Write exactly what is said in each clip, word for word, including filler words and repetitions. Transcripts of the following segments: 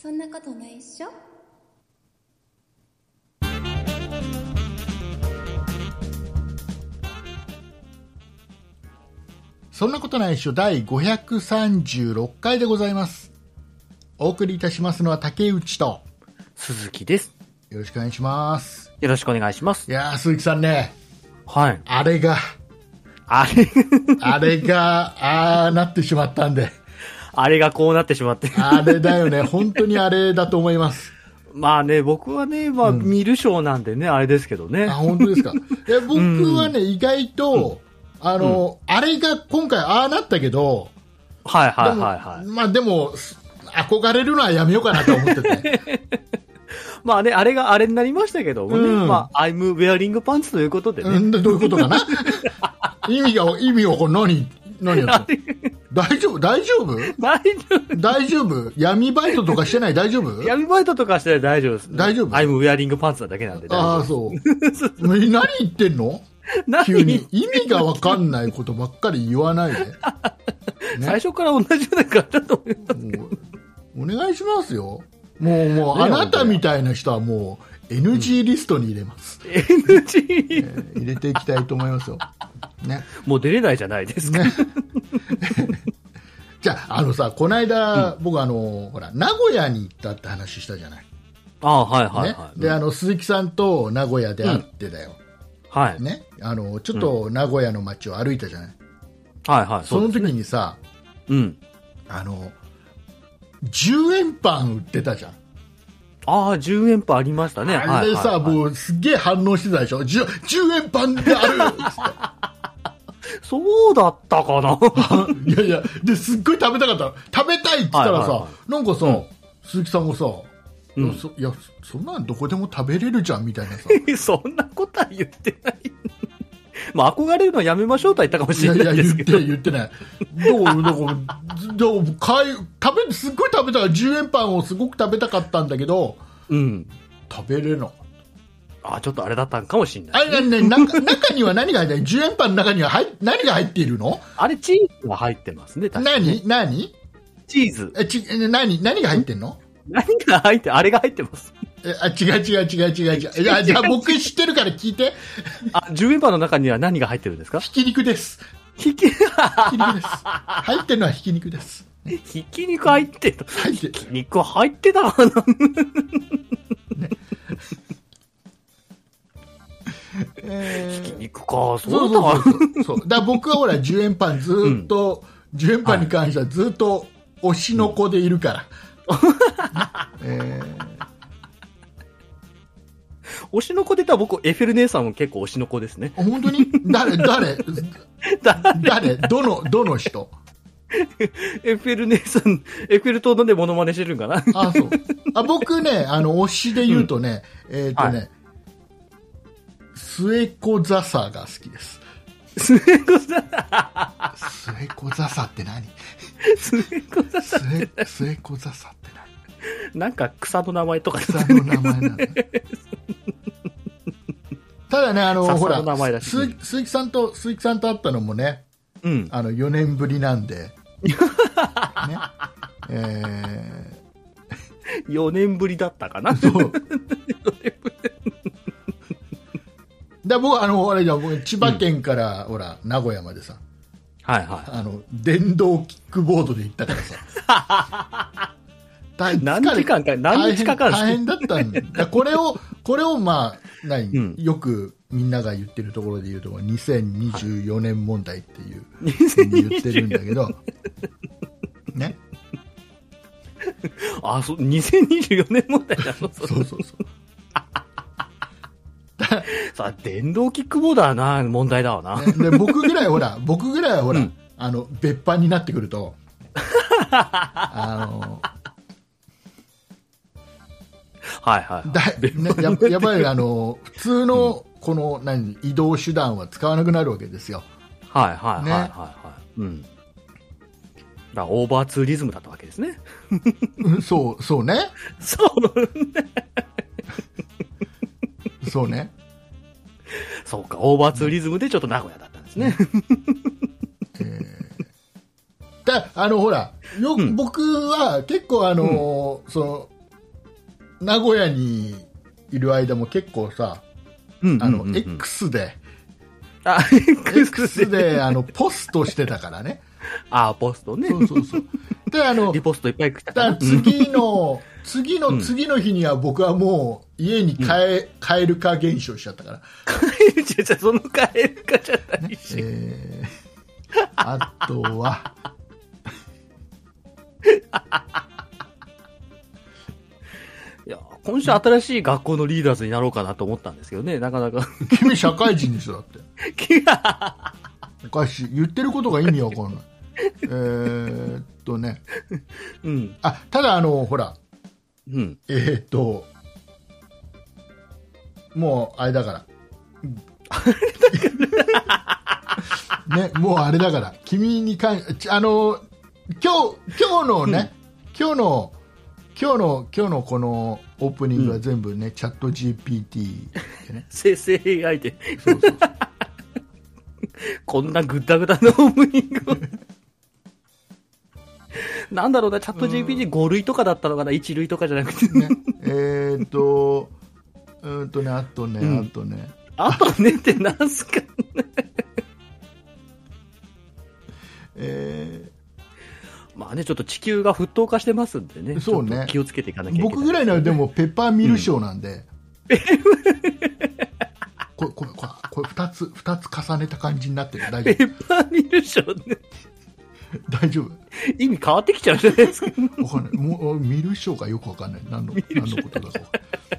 そんなことないっしょ。 そんなことないっしょだいごひゃくさんじゅうろっかいでございます。お送りいたしますのは竹内と鈴木です。 よろしくお願いします。 よろしくお願いします。 いやー、鈴木さんね、 はい。 あれがあれあれがああなってしまったんであれがこうなってしまってあれだよね、本当にあれだと思います。 まあね、僕はね、まあ、うん、見る賞なんでね、あれですけどね。 あ、本当ですか。いや僕はね、うん、意外と、うん、あの、うん、あれが今回ああなったけど、 はいはいはいはい。 まあでも、憧れるのはやめようかなと思ってて。 まあね、あれがあれになりましたけどもね、うん、まあ、I'm wearing pants ということでね。 うん、どういうことかな意味が、意味を何、何やって大丈夫大丈夫大丈夫大丈夫闇バイトとかしてない大丈夫闇バイトとかしてない大丈夫です、ね。 大丈夫 I'm wearing pants なだけなんで大丈夫。 ああ、そう。何言ってんの急に意味がわかんないことばっかり言わないで。ね、 最初から同じような感じだと思います。 お願いしますよ。もう、もう、あなたみたいな人はもう、エヌジー リストに入れます。 うん、エヌジー、 えー、入れていきたいと思いますよ。ね。 もう出れないじゃないですか。ね、 じゃあ、あのさ、この間、うん、僕あの、ほら、名古屋に行ったって話したじゃない。 ああ、はいはいはい。 ね、で、あの、鈴木さんと名古屋で会ってだよ。 うん、はい。 ね。あの、ちょっと名古屋の街を歩いたじゃない。 うん、はいはい。 その時にさ、 うん。 あの、じゅうえんパン売ってたじゃん。 ああ、じゅうえんパンありましたね。 あれでさ、はいはいはい、もうすっげえ反応してたでしょ。じゅうえんパンであるそうだったかな。 いやいや、ですっごい食べたかった。食べたいって言ったらさ、はいはいはい、なんかさ、うん、鈴木さんがさ、うん、そいや、そんなんどこでも食べれるじゃんみたいなさ。 そんなことは言ってない。まあ、憧れるのはやめましょうとは言ったかもしれないですけど。 いやいや、言ってない、言ってない。どう、どう、どう、買い、食べ、すっごい食べたから、じゅうえんパンをすごく食べたかったんだけど、 うん。 食べれなかった。 あ、ちょっとあれだったんかもしれない、 ね。あれね、中、中には何が入ってる？ じゅう 円パンの中には入、何が入っているの？ あれ、チーズが入ってますね、確かに。 何？何？ チーズ。 え、ち、何？何が入ってんの？ 何が入って、あれが入ってます。 え、あ、違う違う違う違う違う。いや、じゃあ僕知ってるから聞いて。 あ、じゅうえんパンの中には何が入ってるんですか？ ひき肉です。 ひき、ひき肉です。 入ってるのはひき肉です。 ひき肉入ってた。 入ってひき肉入ってたかな、ねえー、ひき肉か、そうだそうそうそうそう。だから僕はほらじゅうえんパンずっと、うん、じゅうえんパンに関してはずっと推しの子でいるから。うんねえー推しの子で言ったら僕、エッフェル姉さんも結構推しの子ですね。 本当に？誰誰誰どの、どの人？ エッフェル姉さん、エッフェル塔のでモノマネしてるんかな？ あ、そう。あ、僕ね、あの、推しで言うとね、うん、えっ、ー、とね、はい、末子笹が好きです。 末子笹末子笹って何？ 末子笹って何？ 末子笹って何？ なんか草の名前とか草の名前なんだ。ただね、あの、ほら、鈴木さんと、鈴木さんと会ったのもね、 うん、 あの、よねんぶりなんで、ね、えー、よねんぶりだったかな。 そう。だ僕、あの、あれじゃん、千葉県から、うん、ほら、名古屋までさ、 はいはい。 あの、電動キックボードで行ったからさ。 何時間か、何日かかるんですか？ 大変だったんだ。これを、これをまあ、何、うん、よくみんなが言ってるところで言うと、にせんにじゅうよねん問題っていう、はい、言ってるんだけど、ね。 あ、そう、にせんにじゅうよねん問題なの？ そうそうそう。 さあ、電動キックボードはな、問題だわな。 ね、で僕ぐらいほら、僕ぐらいはほら、うん、あの、別班になってくると、あの、 はいはい、 だね、や, やっぱりあの普通のこの何移動手段は使わなくなるわけですよ。 はいはいはいはいはい。ね、うん。だからオーバーツーリズムだったわけですね。 そうそうね。 そうね。 そうね。 そうか、オーバーツーリズムでちょっと名古屋だったんですね。 えー、だあのほらよ、うん、僕は結構あの、うん、その名古屋にいる間も結構さ、 うんうんうんうん、 あの X で、 あ X であのポストしてたからね。 あ、ポストね。 そうそうそう。で、あの、 リポストいっぱい来たから。 次の、次の次の日には僕はもう家に帰、うん、帰るか現象しちゃったから。 帰るじゃ、その帰るかじゃないし。ね、 えー、あとは、 いや、今週新しい学校のリーダーズになろうかなと思ったんですけどね、なかなか。 君社会人でしょ、だって。おかしい。言ってることが意味わかんない。えーっとね。 うん。 あ、ただあの、ほら。 うん。 えーっと、もう、あれだから。ね、もうあれだから。君に関し、あの、今日、今日のね、うん、今日の、今日の、今日のこのオープニングは全部ね、うん、チャット ジーピーティー でね。 生成 エーアイ で。 そうそうそう。 こんなグダグダのオープニングを。なんだろうな、チャット ジーピーティーご 類とかだったのかな、いち類とかじゃなくて。 ね、えーっと、うーんとね、あとね、うん、あとね。 あとねってなんすかね。 えーまあね、ちょっと地球が沸騰化してますんでね。 そうね。 気をつけていかなきゃいけない、 僕ぐらいならでもペッパーミル賞なんで。うん、これ、これ、これ、これ二つ、二つ重ねた感じになってる。大丈夫。 ペッパーミル賞ね。大丈夫。 意味変わってきちゃうじゃないですか。 わかんない。もう、ミル賞がよくわかんない。何の、何のことだか。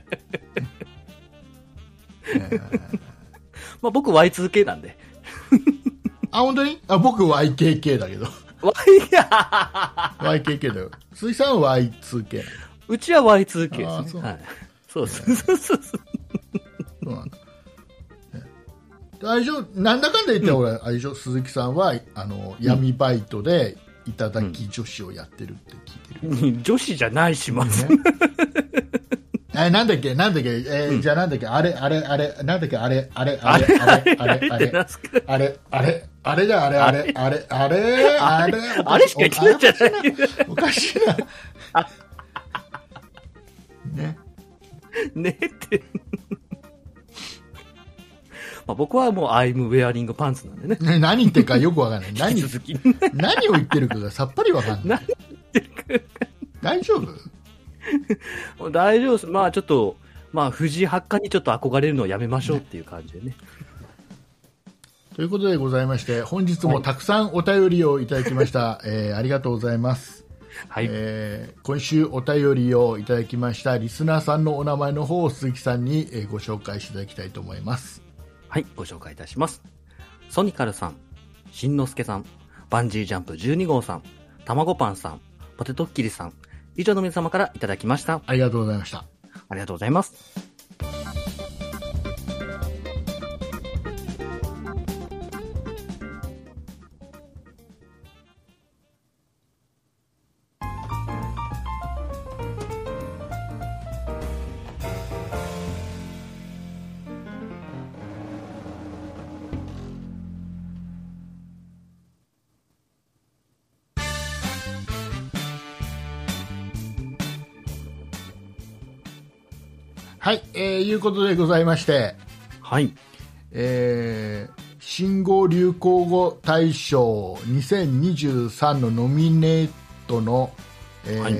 えー、 まあ僕 ワイツーケー なんで。 あ、本当に？あ、僕 ワイケーケー だけど。 ワイケーケー だよ。鈴木さんは ワイツーケー。 うちは ワイツーケー ですね。はい。そうそうそうそう。 そうなんだ。あれでしょ、なんだかんだ言って、俺、うん、あれでしょ、鈴木さんはあの闇バイトでいただき女子をやってるって聞いてる。 うん、女子じゃないします。 ね、えなんだっけなんだっけ、えーうん、じゃあなんだっけあれあれあれなんだっけあれあれあれあれあれあれあれあれあれあれだあれあれあれあれあれあれしか言ってないじゃないおかしいな。ねねってまあ僕はもう I'm wearing pants なんでね。 ね、何言ってるかよくわかんない。何何を言ってるかがさっぱりわかんない。 何言ってるか大丈夫？ 大丈夫です。まあちょっと、まあ藤井八冠にちょっと憧れるのをやめましょうっていう感じでね。ねということでございまして、本日もたくさんお便りをいただきました。はい、えー、ありがとうございます。はい、えー、今週お便りをいただきましたリスナーさんのお名前の方を鈴木さんにご紹介していただきたいと思います。 はい、ご紹介いたします。ソニカルさん、しんのすけさん、バンジージャンプじゅうに号さん、たまごパンさん、ポテトッキリさん、以上の皆様からいただきました。 ありがとうございました。 ありがとうございます。 はい、えー、いうことでございまして、 はい、 えー、新語・流行語大賞にせんにじゅうさんのノミネートの、えーはい、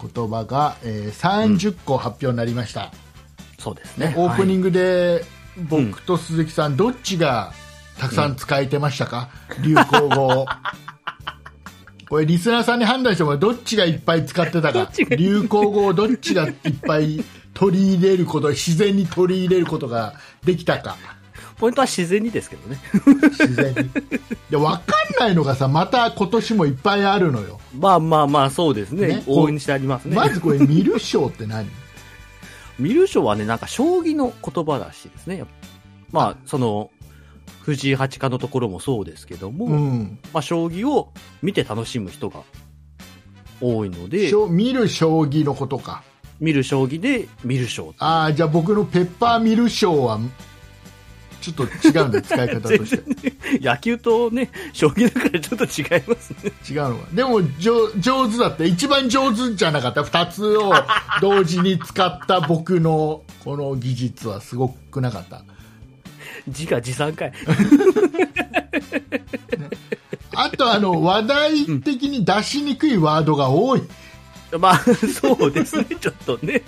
言葉が、えー、さんじゅっこ発表になりました。 うん、そうですね。 オープニングで、はい、僕と鈴木さん、どっちがたくさん使えてましたか、うん、流行語を。これリスナーさんに判断してもどっちがいっぱい使ってたか、流行語をどっちがいっぱい取り入れること、自然に取り入れることができたか。 ポイントは自然にですけどね。 自然に。で、分かんないのがさ、また今年もいっぱいあるのよ。 まあまあまあ、そうですね。ね、応援してありますね。 まずこれ、見る賞って何？ 見る賞はね、なんか将棋の言葉らしいですね。まあ、その、藤井八冠のところもそうですけども、うん、まあ、将棋を見て楽しむ人が多いので。 見る将棋のことか。 見る将棋で見る賞。 ああ、じゃあ僕のペッパーミル賞はちょっと違うんだよ、使い方として。 ね、野球とね、将棋だからちょっと違いますね。 違うのか。でも上、上手だって、一番上手じゃなかった。二つを同時に使った僕のこの技術はすごくなかった。 自画自賛かい。ね、 あとあの、話題的に出しにくいワードが多い。 うん、まあ、そうですね、ちょっとね。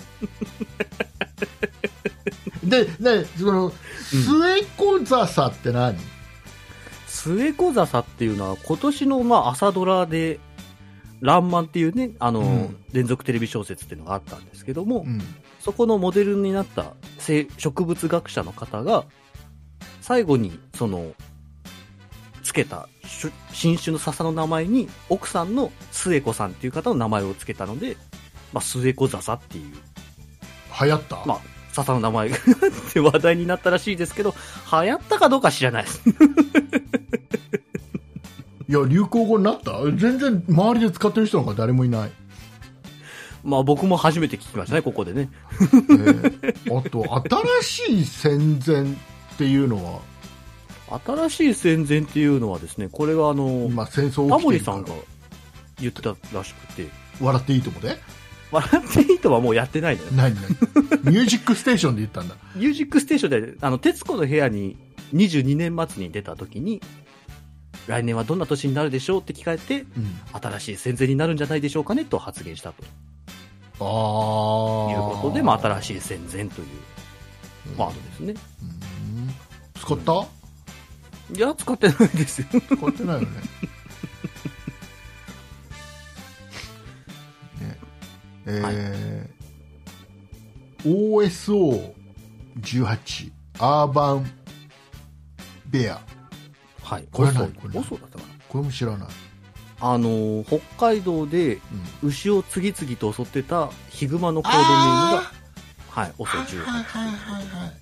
で、ね、その、末小笹って何？ 末小笹っていうのは今年のまあ朝ドラでらんまんっていうね、あの、うん、連続テレビ小説っていうのがあったんですけども、うん、そこのモデルになった植物学者の方が最後にそのつけた新種の笹の名前に奥さんの末子さんっていう方の名前をつけたので、まあ、末小笹っていう流行った、 まあ笹の名前がって話題になったらしいですけど、流行ったかどうか知らないです。 いや、流行語になった？全然周りで使ってる人なんか誰もいない。 まあ僕も初めて聞きましたね、ここでね。 えー、あと、新しい戦前っていうのは新しい戦前っていうのはですね、これはあの、 まあ、戦争タモリさんが言ってたらしくて。 笑っていいともで笑っていいとはもうやってないのよ。 何何ミュージックステーションで言ったんだ。 ミュージックステーションで、あの、徹子の部屋ににじゅうにねん末に出た時に、来年はどんな年になるでしょうって聞かれて、うん、新しい戦前になるんじゃないでしょうかねと発言したと。ああ。いうことで、まあ、新しい戦前というワードですね。 うん、使った？ いや、使ってないですよ。 使ってないよね。えーはい、オーエスオーじゅうはち アーバンベア、 はい、 これは何？ これだったかな。 これも知らない。 あのー、北海道で牛を次々と襲ってたヒグマのコードネームが、はい、オソじゅうはち、はいはいはいはい、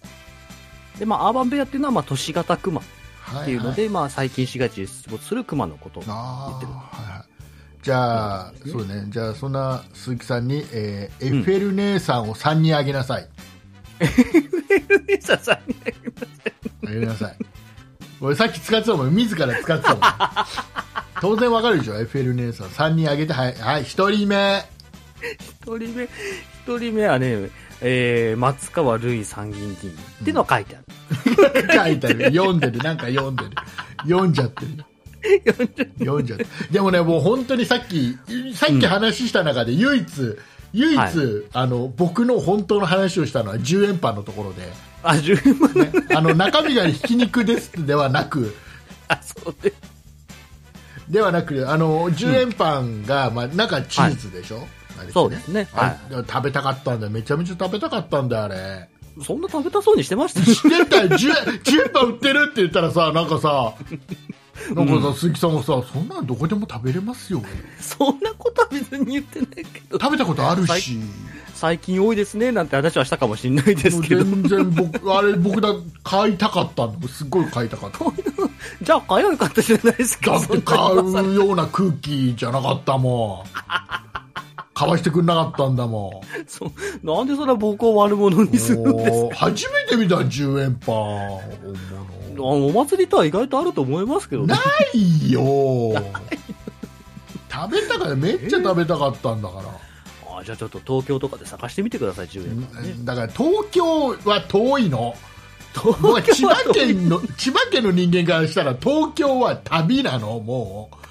で、まあ、アーバンベアっていうのは、まあ、都市型クマっていうので、はいはい、まあ、最近市街地で出没するクマのことを言ってる。はいはい、 じゃあ、ね、そうね。じゃあ、そんな鈴木さんに、えー、エッフェル姉さんをさんにんあげなさい。 エッフェル姉さんさんにんあげなさい。 あげなさい。俺さっき使ってたもん。自ら使ってたもん。当然わかるでしょ、エッフェル姉さん。さんにんあげて、はい、はい、ひとりめ。 ひとりめ、ひとりめはね、えー、松川るい参議院議員っていうのは書いてある。 うん、書いてある。読んでる。なんか読んでる。読んじゃってる。読んじゃってでもね、もう本当にさっきさっき話した中で唯一、うん、唯一、はい、あの僕の本当の話をしたのはじゅうえんパンのところで、 あ、じゅうえんパン、ね、 あの中身がひき肉ですではなく、 あ、そうでではなく、あのじゅうえんパンが、うん、まあ、中チーズでしょ、はい、あれね、 そうですね、 はい、食べたかったんだよ。めちゃめちゃ食べたかったんだよ、あれ。 そんな食べたそうにしてました？ してたよ。じゅうえんパン売ってるって言ったらさ、なんかさなんかさ、うん、鈴木さんがさ、そんなのどこでも食べれますよ。 そんなことは別に言ってないけど。 食べたことあるし。 最近多いですねなんて話はしたかもしれないですけど。 全然僕、あれ僕だ、買いたかったんだ。すっごい買いたかった。 じゃあ買えばよかったじゃないですか。 だって買うような空気じゃなかったもん。買わしてくんなかったんだもん。 そなんでそんな僕を悪者にするんですか。 初めて見たじゅうえんパン。 お祭りとは意外とあると思いますけどね。 ないよ。食べたから、めっちゃ食べたかったんだから。 あ、じゃあちょっと東京とかで探してみてください。じゅうえんパン、ね、 だから東京は遠いの。僕は千葉県の千葉県の人間からしたら東京は旅なの。もう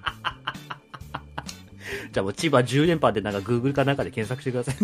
じゃあもう千葉じゅうえんパンでなんかグーグルかなんかで検索してください。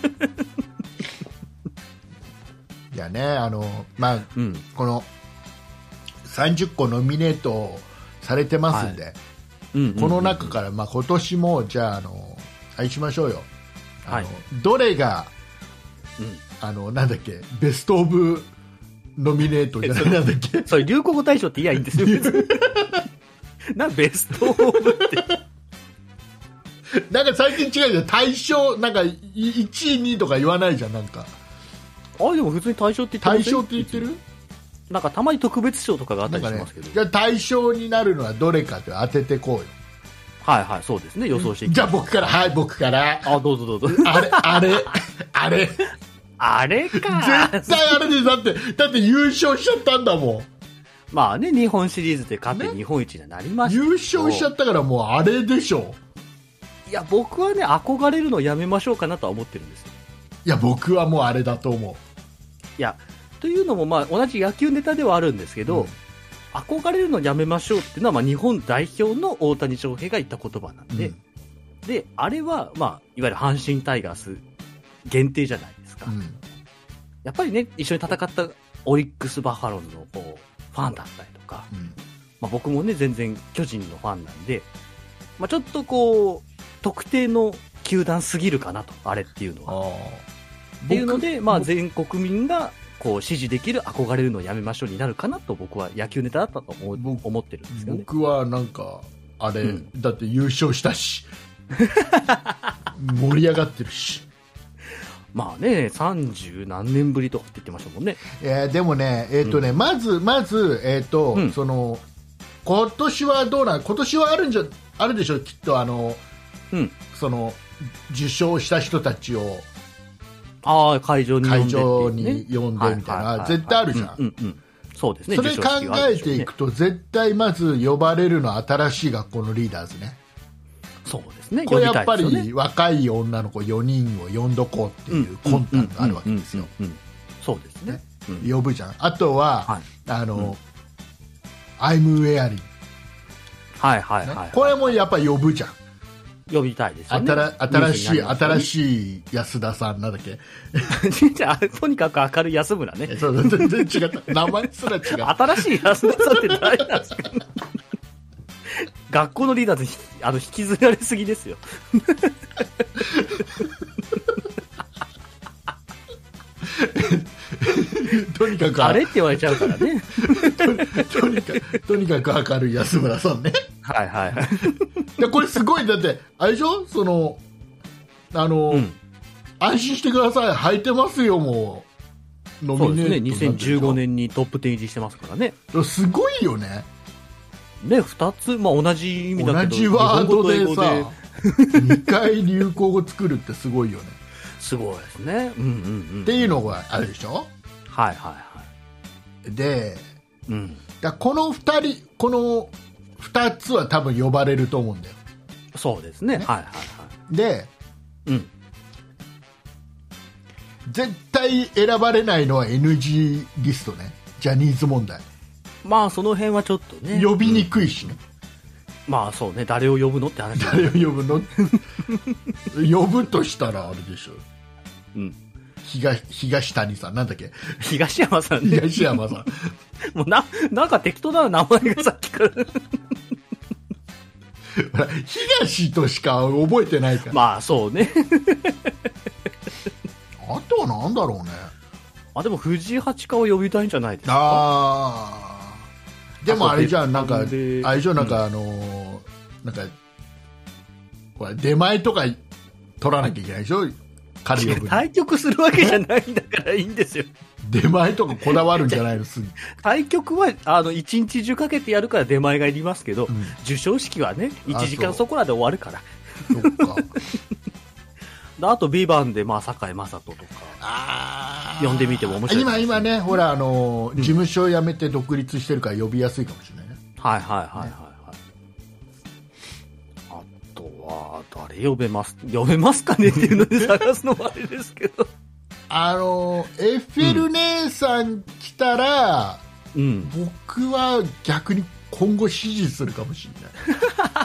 いやね、あのまあ、うん、このさんじゅっこノミネートされてますんで、はい、うんうんうんうん、この中から、まあ、今年もじゃあ、あのあれしましょうよ。あの、はい、どれが、うん、あのなんだっけ、ベストオブノミネートじゃない、なんだっけ、 それ流行語大賞って言えばいいんですよ。なベストオブってなんか最近違うじゃん。大賞なんかいちいにいとか言わないじゃん。なんかあ、でも普通に大賞って言ってる。 大賞って言ってる。 なんかたまに特別賞とかがあったりしますけど、ね、 じゃあ対象になるのはどれかって当ててこうよ。 はいはい、そうですね、予想していきます。 じゃあ僕から、はい、僕から。 あ、どうぞどうぞ。 あれ、あれ、あれ。 あれか。 絶対あれで、だって、だって優勝しちゃったんだもん。 まあね、日本シリーズで勝って日本一になりました、ね、 優勝しちゃったからもうあれでしょ。 いや、僕はね、憧れるのやめましょうかなとは思ってるんですよ。 いや、僕はもうあれだと思う。 いや、というのも、まあ、同じ野球ネタではあるんですけど、うん、憧れるのやめましょうっていうのは、まあ、日本代表の大谷翔平が言った言葉なんで、うん、で、あれは、まあ、いわゆる阪神タイガース限定じゃないですか。うん、やっぱりね、一緒に戦ったオリックスバファローズのこうファンだったりとか、うん、まあ、僕もね、全然巨人のファンなんで、まあ、ちょっとこう、特定の球団すぎるかなと、あれっていうのは。っていうので、まあ、全国民がこう支持できる憧れるのをやめましょうになるかなと僕は野球ネタだったと思う思ってるんですよね。 僕はなんかあれ、うん、だって優勝したし盛り上がってるし、 まあね、さんじゅうなんねんぶりとかって言ってましたもんね。 えー、でもね、えーとねうん、まずまず、えーとうん、その今年はどうなん、今年はあるんじゃあるでしょう、きっとあの、うん、その受賞した人たちをあ会場に呼んで、 ね、会場に呼んでみたいな、絶対あるじゃん。 うんうん、そうですね。 それ考えていくと、絶対まず呼ばれるのは新しい学校のリーダーズね。 そうですね。 これやっぱり若い女の子よにんを呼んどこうっていう魂胆があるわけですよ。 そうですね。 うん、呼ぶじゃん。あとは、はい、あの、うん、アイムウェアリン。 はいはいはい、はい、 ね。これもやっぱ呼ぶじゃん。 呼びたいですよね。 新しい、ね、新しい安田さんなんだっけじゃあ、とにかく明るい安村ね。 そう全然違った。名前すら違う。 新しい安田さんって誰なんですか学校のリーダーズあの引きずられすぎですよ。 とにかくあれって言われちゃうからね。 と, と, にかとにかく明るい安村さんね。 はいはいはい。 でこれすごい、だってあれでしょ、そのあの、うん、安心してください、履いてますよ、もうノミネート。そうですね、 にせんじゅうごねんにトップじゅう入りしてますからね。 すごいよね。 ね、ふたつ、まあ、同じ意味だけど同じワードでさにかい流行語作るってすごいよね。 すごいですね、うんうんうん、 っていうのがあるでしょ。 はいはいはい。 で、うん、だこのふたり、このふたつは多分呼ばれると思うんだよ。 そうですね、ね、はいはいはい。 で、うん、絶対選ばれないのは エヌジー リストね、ジャニーズ問題。 まあその辺はちょっとね呼びにくいしね、 うん、まあそうね、誰を呼ぶのって話。 誰を呼ぶの呼ぶとしたらあれでしょ、うん、東, 東谷さんなんだっけ、 東山さんね。 東山さんもうな、なんか適当な名前がさっきから東としか覚えてないから。 まあそうねあとはなんだろうね。 あ、でも藤井八冠を呼びたいんじゃないですか。 ああ、でもあれじゃん、なんかあれじゃん、なんかあのー、なんかこれ出前とか取らなきゃいけないでしょ、彼呼ぶ。 対局するわけじゃないんだからいいんですよ。 出前とかこだわるんじゃないの。すぐ対局はあの一日中かけてやるから出前がいりますけど、うん、授賞式はねいちじかんそこらで終わるから。そっかあとビバンでまあ堺雅人とか呼んでみても面白い、 今今ね、ほらあのー、事務所辞めて独立してるから呼びやすいかもしれないね。 はいはいはいはい、はい、あとは誰呼べます呼べますかねっていうので探すのもあれですけどあのー、エッフェル姉さん来たら、うん、僕は逆に今後支持するかもしれない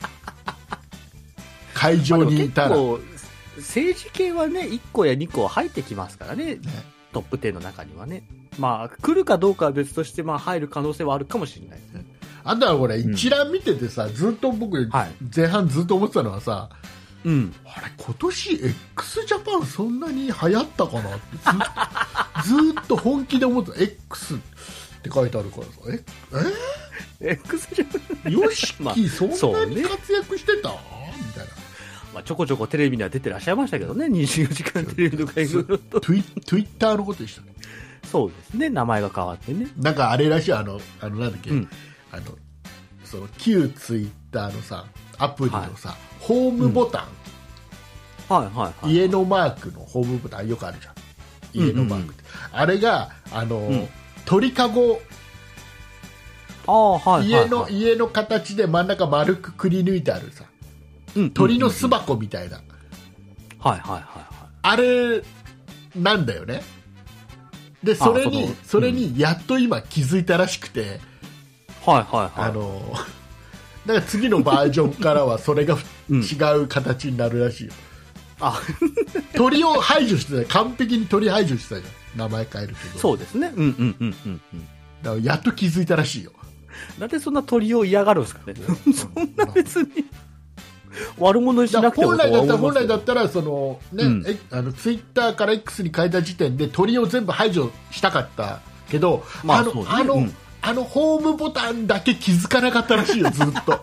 会場にいたら。 政治系はねいっこやにこ入ってきますから ね, ねトップじゅうの中にはね、まあ来るかどうかは別として、まあ入る可能性はあるかもしれないですね。 あとはこれ一覧見ててさ、うん、ずっと僕、はい、前半ずっと思ってたのはさ、うん、あれ今年 x ジャパンそんなに流行ったかなってず っ, ずっと本気で思ってた。 X って書いてあるからさ、ええ X ジャパンよしき、まあ、そんなに活躍してた、みたいな。 まあ、ちょこちょこテレビには出てらっしゃいましたけどね、にじゅうよじかんテレビとかいろいろと。 ツイッターのことでしたね。 そうですね、名前が変わってね。 なんかあれらしい、あの、あのなんだっけ、うん、あの、その旧ツイッターのさ、アプリのさ、はい、ホームボタン、 うん、はいはいはい、 家のマークのホームボタンよくあるじゃん。 家のマークって、うんうん、あれがあの、うん、鳥かご、 あ、はいはいはい、 家の家の形で真ん中丸くくり抜いてあるさ、うん、鳥の巣箱みたいな、 はいはいはいはい、 あれなんだよね。でそれに そ, それにやっと今気づいたらしくて、 はいはいはい、 あのだから次のバージョンからはそれが違う形になるらしいよ。 あ鳥を排除してた、完璧に鳥排除してたじゃん、名前変えるけど。 そうですね、うんうんうんうん、 だからやっと気づいたらしいよ。 なんでそんな鳥を嫌がるんですかね。そんな別に悪者にしなくても。 本来だったら本来だったらそのね、うん、えあのツイッターから X に変えた時点で鳥を全部排除したかったけど、まあ、あの、ね、あの、うん、あのホームボタンだけ気づかなかったらしいよ、ずっと。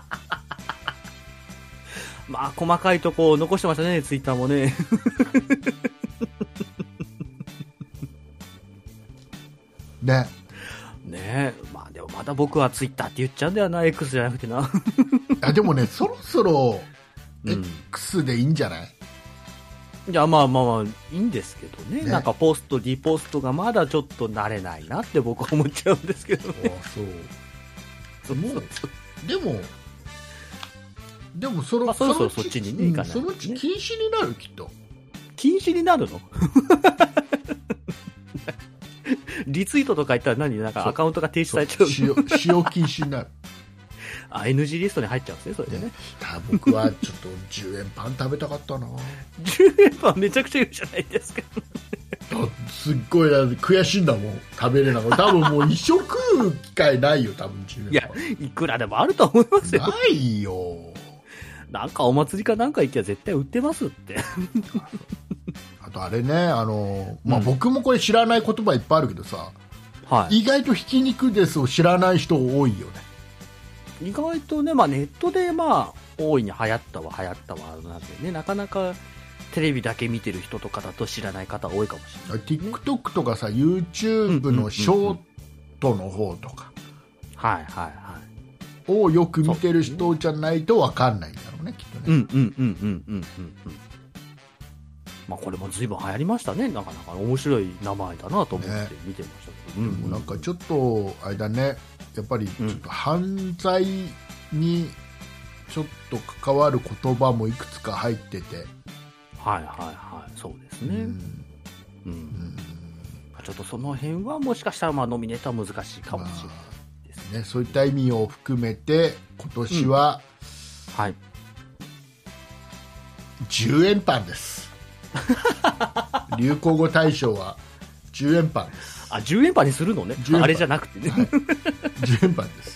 まあ細かいとこ残してましたね、ツイッターもね。 ね。 ねえ、まあでもまだ僕はツイッターって言っちゃうんだよな、X じゃなくてな。 あ、でもね、そろそろ X でいいんじゃない？ うん、いや、まあまあまあいいんですけど ね, ね。なんかポストリポストがまだちょっと慣れないなって僕は思っちゃうんですけどね。 あ、そう。もうでもでもその、 まあ、そろそろそっちにね、行かない、ね、 そのうち禁止になる、きっと。 禁止になるの？リツイートとか言ったら何、なんかアカウントが停止されちゃう。 使用、使用禁止になる。 あ、エヌジー リストに入っちゃうんですね、それでね。ね、 僕はちょっとじゅうえんパン食べたかったな。 じゅうえんパンめちゃくちゃ言うじゃないですか。 すっごい悔しいんだもん、食べれなかった。多分もう一生食う機会ないよ、多分じゅうえんパン。 いや、いくらでもあると思いますよ。 ないよ。 なんかお祭りかなんか行きゃ絶対売ってますって。 あとあれね、あの、まあ、僕もこれ知らない言葉いっぱいあるけどさ、 はい、 意外とひき肉ですを知らない人多いよね。 意外とね、まあ、ネットでまあ大いに流行ったわ流行ったわなんでね、なかなかテレビだけ見てる人とかだと知らない方多いかもしれない、ね。 TikTok とかさ、YouTube のショートの方とか、 はいはいはい。 をよく見てる人じゃないと分かんないんだろうね、きっとね。 うんうんうんうんうんうんうん。まあこれも随分流行りましたね。なかなか面白い名前だなと思って見てましたけど、ね、 うん、でもなんかちょっとあれだね、やっぱりちょっと犯罪にちょっと関わる言葉もいくつか入ってて、 はいはいはい、そうですね。うん、うんうん、ちょっとその辺はもしかしたらまあノミネートは難しいかもしれない。まあね、そういった意味を含めて今年は、 うん、はい、 じゅうえんパンです。流行語大賞はじゅうえんパンです。 あ、じゅうえんパンにするのね。あれじゃなくてね、はい、 じゅうえんパンです。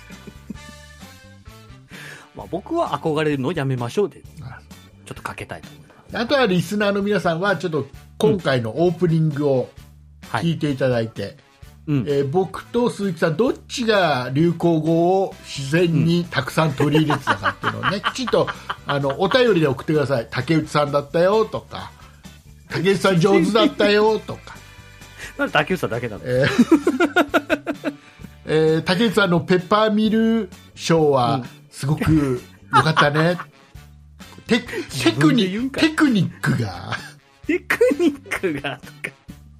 まあ僕は憧れるのをやめましょうで、ちょっとかけたいと思います。 あとはリスナーの皆さんはちょっと今回のオープニングを聞いていただいて、うん、えー、僕と鈴木さんどっちが流行語を自然にたくさん取り入れてたかっていうのをね、きちんとあのお便りで送ってください。竹内さんだったよとか、竹内さん上手だったよとか。 なんで竹内さんだけなの？えーえー、竹内さんのペッパーミルショーはすごく良かったね。テ, テ, クニテクニックがテクニックがとか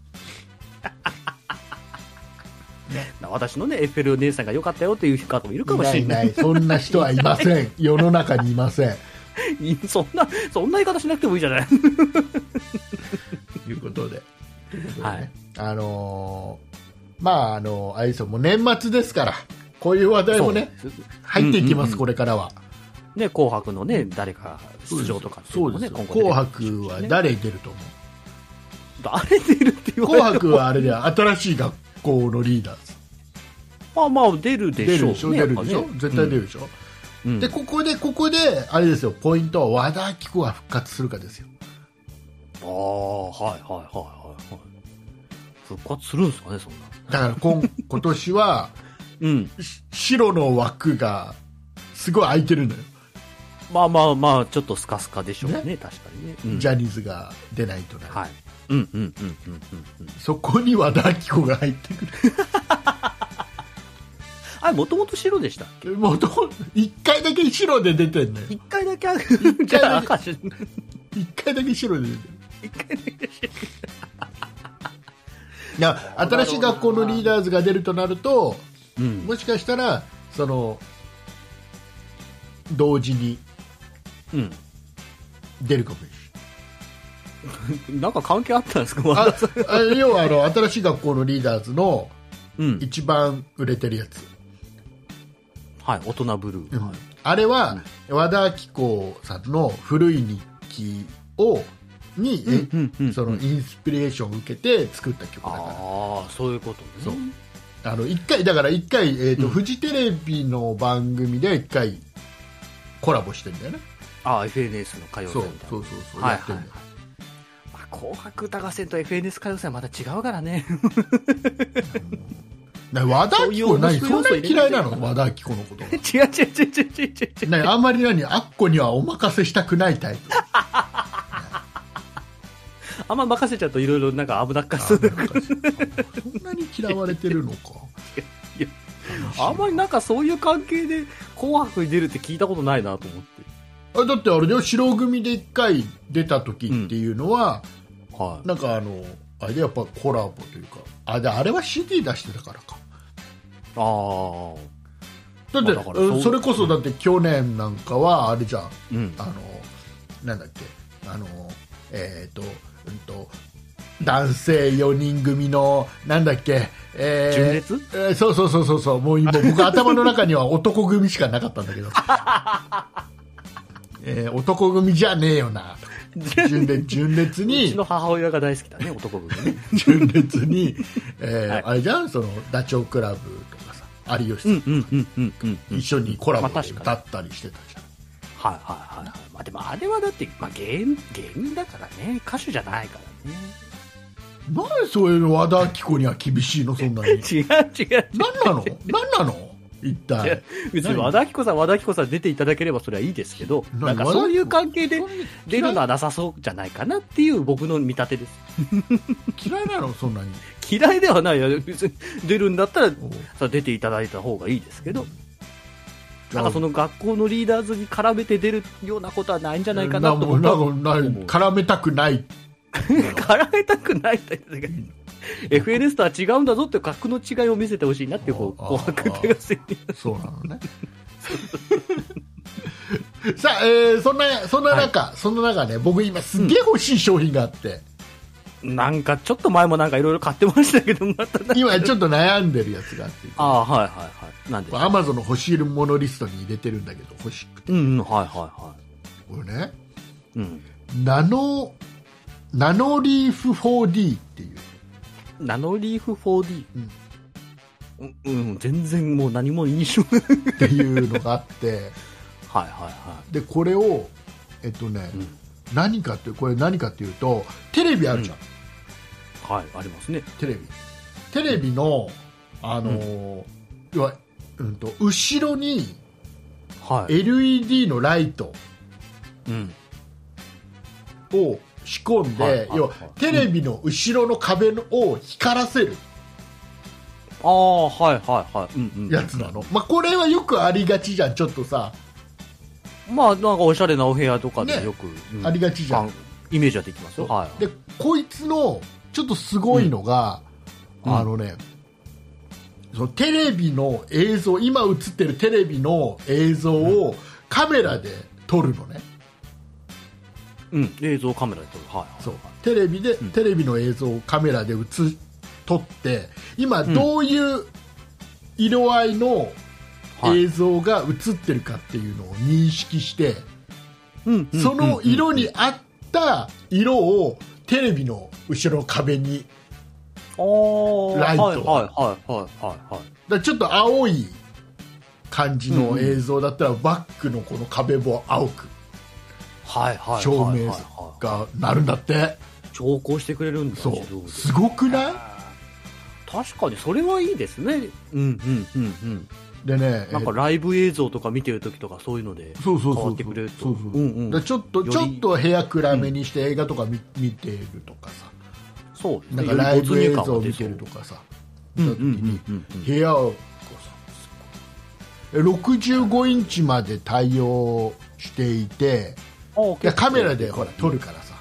ね、私のねエッフェル姉さんが良かったよっていう方もいるかもしれない。 いないいない、そんな人はいません。世の中にいません。 そんなそんな言い方しなくてもいいじゃない。 ということで、ということでね、はい、あのー、まああのー、あれですよ、もう年末ですからこういう話題もね入っていきます、うんうんうん、これからは。 ね、紅白のね誰か出場とかっていうのもね、 そうです。紅白は誰出ると思う？ 誰出るって言われても。 紅白はあれで新しい学校のリーダーズ。 まあまあ出るでしょう、ね、 出るでしょ、ね、絶対出るでしょ、うん、でここでここであれですよ、ポイントは和田アキ子が復活するかですよ。 ああ、はいはいはいはいはい。復活するんですかね、そんな。 だから今今年は、うん、白の枠がすごい空いてるのよ。 まあまあまあちょっとスカスカでしょうね、ね、確かにね、 うん、ジャニーズが出ないとね、 はい、うんうんうんうんうんうん、 そこに和田アキ子が入ってくる。 あれもともと白でしたっけ？ もともといっかいだけ白で出てんのよ。 いっかいだけある。いっかいだけ白で出てる。 いっかいだけ白で出てる。 いっかいだけ白。 いや新しい学校のリーダーズが出るとなると、 うん、 もしかしたらその同時に出るかもしれない。なんか関係あったんですか？ ああ要はあの新しい学校のリーダーズの一番売れてるやつ、 うん、はい、大人ブルー、 うん、あれは、うん、和田アキ子さんの古い日記をに、うんうん、そのインスピレーションを受けて作った曲だから。ああ、そういうことね。 そうあの一回だから一回、えーとうん、フジテレビの番組で一回コラボしてるんだよね。 ああ、エフエヌエス の歌謡祭みたいな。 そうそうそうそう、 はいやってるんだよ。 まあ、紅白歌合戦と エフエヌエス 歌謡祭はまた違うからね。 和田アキ子何そんなに嫌いなの？和田アキ子のこと。 違う違う違う違う違う違う。 何あんまり何あっこにはお任せしたくないタイプ。 あんま任せちゃうといろいろなんか危なっかする。 そんなに嫌われてるのか。 いやあんまりなんかそういう関係で紅白に出るって聞いたことないなと思って。 あだってあれで白組でいっかい出た時っていうのは、 うんはい、 なんかあのあれでやっぱコラボというかあであれは シーディー 出してたからか。 あだって、まあ、そ, それこそだって去年なんかはあれじゃん、 うん、 あのなんだっけあのえっ、ー、とうんと男性よにん組のなんだっけ、えー、 純烈、 えー、そうそうそうそうそうもう今僕頭の中には男組しかなかったんだけど、えー、男組じゃねえよな純烈純烈にうちの母親が大好きだね男組ね純烈に、えーはい、あれじゃんそのダチョウ倶楽部とかさ有吉さんとか一緒にコラボで歌ったりしてたじゃん。 はいはいはいはい。まあでもあれはだって、まあ、芸, 芸人だからね歌手じゃないからね。 なんでそういうの和田アキ子には厳しいのそんなに。違う違う違う。 何なの何なの一体。 別に和田アキ子さん和田アキ子さん出ていただければそれはいいですけど、なんかそういう関係で出るのはなさそうじゃないかなっていう僕の見立てです。 嫌いなのそんなに。 嫌いではないよ。別に出るんだったらさ出ていただいた方がいいですけど。なんかその学校のリーダーズに絡めて出るようなことはないんじゃないかなと思った。 絡めたくない。 絡めたくないというか、エフエヌエス とは違うんだぞっていう格の違いを見せてほしいなっていう紅白歌合戦に。 そうなのね。さあ、えー、そんなそんな中、はい、そんな中ね、僕今すげえ欲しい商品があって。 うん、なんかちょっと前もなんかいろいろ買ってましたけどまた今ちょっと悩んでるやつがあって。 ああはいはいはいなんでアマゾンの欲しいものリストに入れてるんだけど欲しくて、 うんうん、はいはいはいこれね、 うん、 ナノナノリーフ フォーディー っていうナノリーフ フォーディー、うんうん、全然もう何も印象っていうのがあってはいはいはいでこれをえっとね、うん、何かってこれ何かっていうとテレビあるじゃん、 うん、はいありますねテレビテレビのあのーうん要はうんと後ろに エルイーディー のライトを仕込んで、はいはいはい、要はテレビの後ろの壁を光らせる、 ああはいはいはい、うんうん、 やつなの、まあ、これはよくありがちじゃんちょっとさまあなんかおしゃれなお部屋とかでよく、ねうん、ありがちじゃんイメージはできますよ、はい、 でこいつのちょっとすごいのが、うん、あのねそのテレビの映像今映ってるテレビの映像をカメラで撮るのね、 うん、映像カメラで撮る、はい、 そうテレビで、うん、テレビの映像をカメラで映撮って今どういう色合いの映像が映ってるかっていうのを認識して、 うん、 その色に合った色をテレビの後ろの壁にライト、 はいはいはいはいはい、 だちょっと青い感じの映像だったら、うん、バックのこの壁も青く照明がなるんだって。 調光してくれるんだ。 そうすごくない？ 確かにそれはいいですね。うんうんうんうん。 でね、 なんかライブ映像とか見てるときとかそういうので変わってくれると、 ちょっとちょっと部屋暗めにして映画とか 見,、うん、見てるとかさ。 そうですね、なんかライブ映像を見てるとかさ、見た時に部屋をろくじゅうごインチまで対応していて、いやカメラでほら撮るからさ、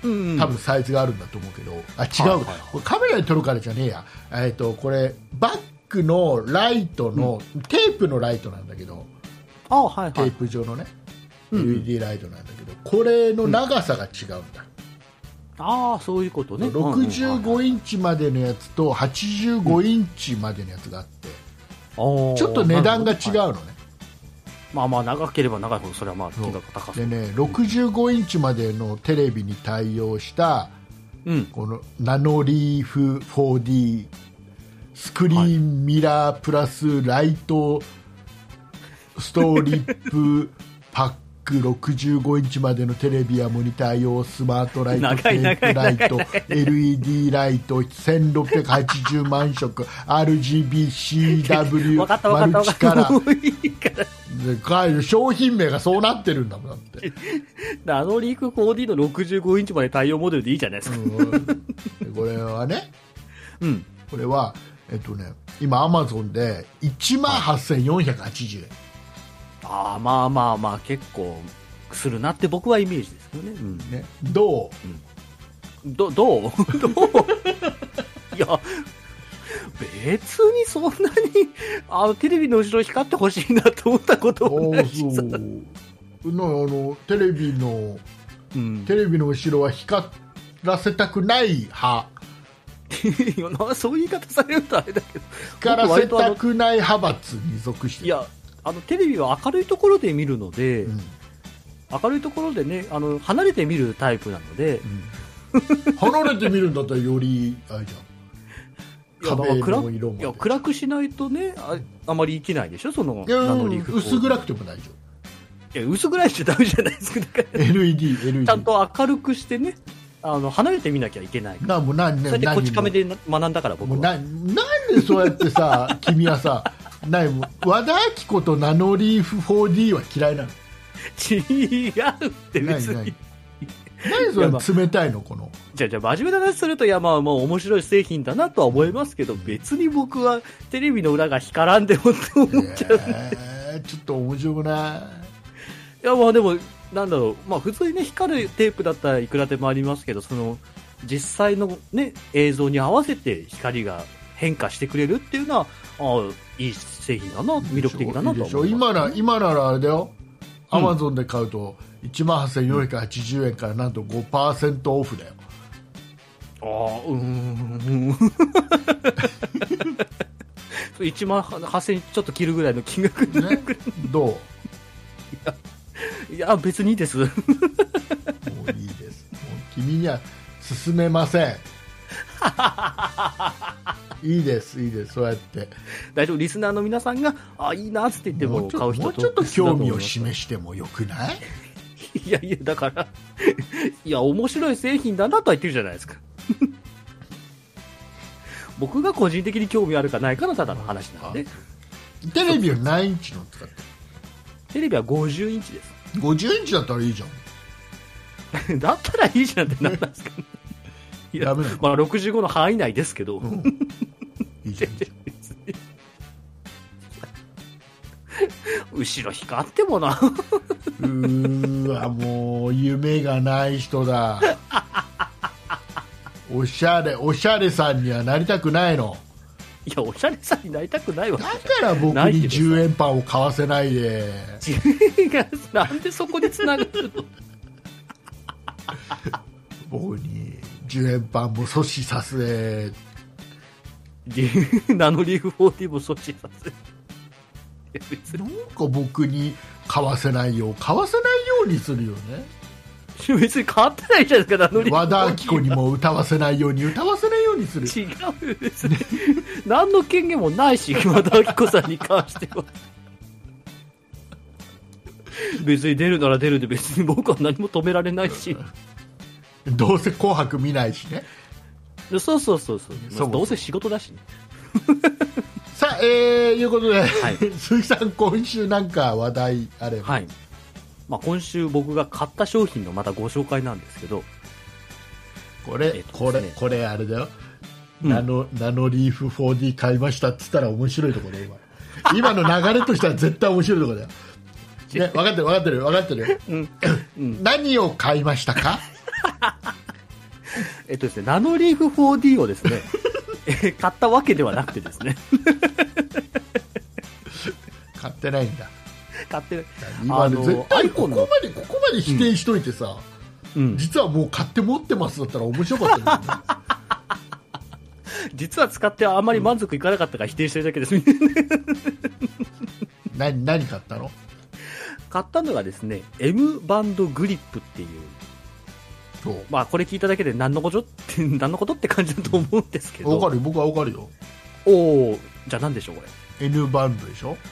うんうん、多分サイズがあるんだと思うけど、あ違う、はいはいはい、これカメラで撮るからじゃねえや、えー、とこれバックのライトの、うん、テープのライトなんだけど、 あ、はいはい、 テープ状のね、うん、エルイーディー ライトなんだけど、これの長さが違うんだ、うん、 ああそういうことね。 ろくじゅうごインチまでのやつとはちじゅうごインチまでのやつがあって、うん、ちょっと値段が違うのね、 まあまあ長ければ長いほどそれはまあ金額が高そうでね、ろくじゅうごインチまでのテレビに対応した、うん、このナノリーフ フォーディー スクリーンミラープラスライトストリップパックろくじゅうごインチまでのテレビやモニター用スマートライトテープライト エルイーディー ライトせんろっぴゃくはちじゅうまん色 アールジービーシーダブリュー マルチカラー商品名がそうなってるんだもん。だってナノリーフ フォーディー のろくじゅうごインチまで対応モデルでいいじゃないですか、うん、 これはね、うん、これはえっとね今アマゾンでいちまんはっせんよんひゃくはちじゅうえん、 ああまあまあまあ結構するなって僕はイメージですけどね、うん、 ねどう、うん、どどうどういや別にそんなにあのテレビの後ろ光ってほしいなと思ったこともないしさ、そうのあのテレビの、うん、テレビの後ろは光らせたくない派いやそういう言い方されるとあれだけど光らせたくない派閥に属してる。 いやあのテレビは明るいところで見るので、うん、明るいところでねあの離れて見るタイプなので、 うん、離れて見るんだったらよりあれじゃん壁の色もいや暗くしないとね あ, あまり生きないでしょそのナノリーフ薄暗くても大丈夫。いや薄暗いしちゃダメじゃないですか。だからエルイーディー, エルイーディーちゃんと明るくしてねあの離れて見なきゃいけないから。 なもうなそれでこち亀で学んだから僕は。 ななんでそうやってさ君はさな和田アキ子とナノリーフ フォーディー は嫌いなの？ 違うって別に。 何それ冷たいのこの。 じゃあじゃあ真面目な話するといやまあもう面白い製品だなとは思いますけど別に僕はテレビの裏が光らんでもって思っちゃう、 えー、ちょっと面白くない。 いやまあでもなんだろうまあ普通にね光るテープだったらいくらでもありますけどその実際のね映像に合わせて光が変化してくれるっていうのはあいい製品だな魅力的だなと思います、ね、 今な今ならあれだよアマゾンで買うといちまんはっせんよんひゃくはちじゅうえんからなんと ごパーセント オフだよ。 ああうーんいちまんはっせんちょっと切るぐらいの金額になるくらい、ね、 どう？ いや、いや別にいいですもういいですもう君には勧めませんいいですいいですそうやって大丈夫リスナーの皆さんがあいいなって言っても買う人ともうちょっと興味を示してもよくないいやいやだからいや面白い製品だなとは言ってるじゃないですか僕が個人的に興味あるかないかのただの話なんで。 テレビは何インチの使ってる？ テレビはごじゅうインチです。 ごじゅうインチだったらいいじゃんだったらいいじゃんって何なんですかいやまあろくじゅうごの範囲内ですけど、うん、いいじゃん後ろ光ってもなうーわもう夢がない人だおしゃれおしゃれさんにはなりたくないの。 いやおしゃれさんになりたくないわ。 だから僕にじゅうえんパンを買わせないで。 違うなんでそこにつながるの僕にじゅうえんパンも阻止させナノリーフ フォーディー も阻止させなんか僕に買わせないよ買わせないようにするよね。 別に変わってないじゃないですか。ナノリーフ和田アキ子にも歌わせないように歌わせないようにする。 違う別に何の権限もないし和田アキ子さんに関しては別に出るなら出るで別に僕は何も止められないしどうせ紅白見ないしね。 そうそうそうそう、まあ、どうせ仕事だしねさあ、えー、いうことで、はい、鈴木さん今週なんか話題あれば。 はい、まあ、今週僕が買った商品のまたご紹介なんですけどこれ、えっとこれこれあれだよ、うん、ナノナノリーフ フォーディー 買いましたって言ったら面白いところだよ今今の流れとしては絶対面白いところだよ、ね、分かってる分かってる分かってるよ、うんうん、何を買いましたかえっとですね、ナノリーフ フォーディー をですね、え買ったわけではなくてですね。 買ってないんだ。 買ってない。 今ね、絶対ここまで、ここまで否定しといてさ、うん、実はもう買って持ってますだったら面白かったんだよね。 実は使ってあまり満足いかなかったから否定してるだけです。 何、何買ったの？ 買ったのがですね、M バンドグリップっていう。そう。まあこれ聞いただけで何のことって何のことって感じだと思うんですけど。 わかる、僕はわかるよ。 おお、じゃあ何でしょうこれ。N バンドでしょ。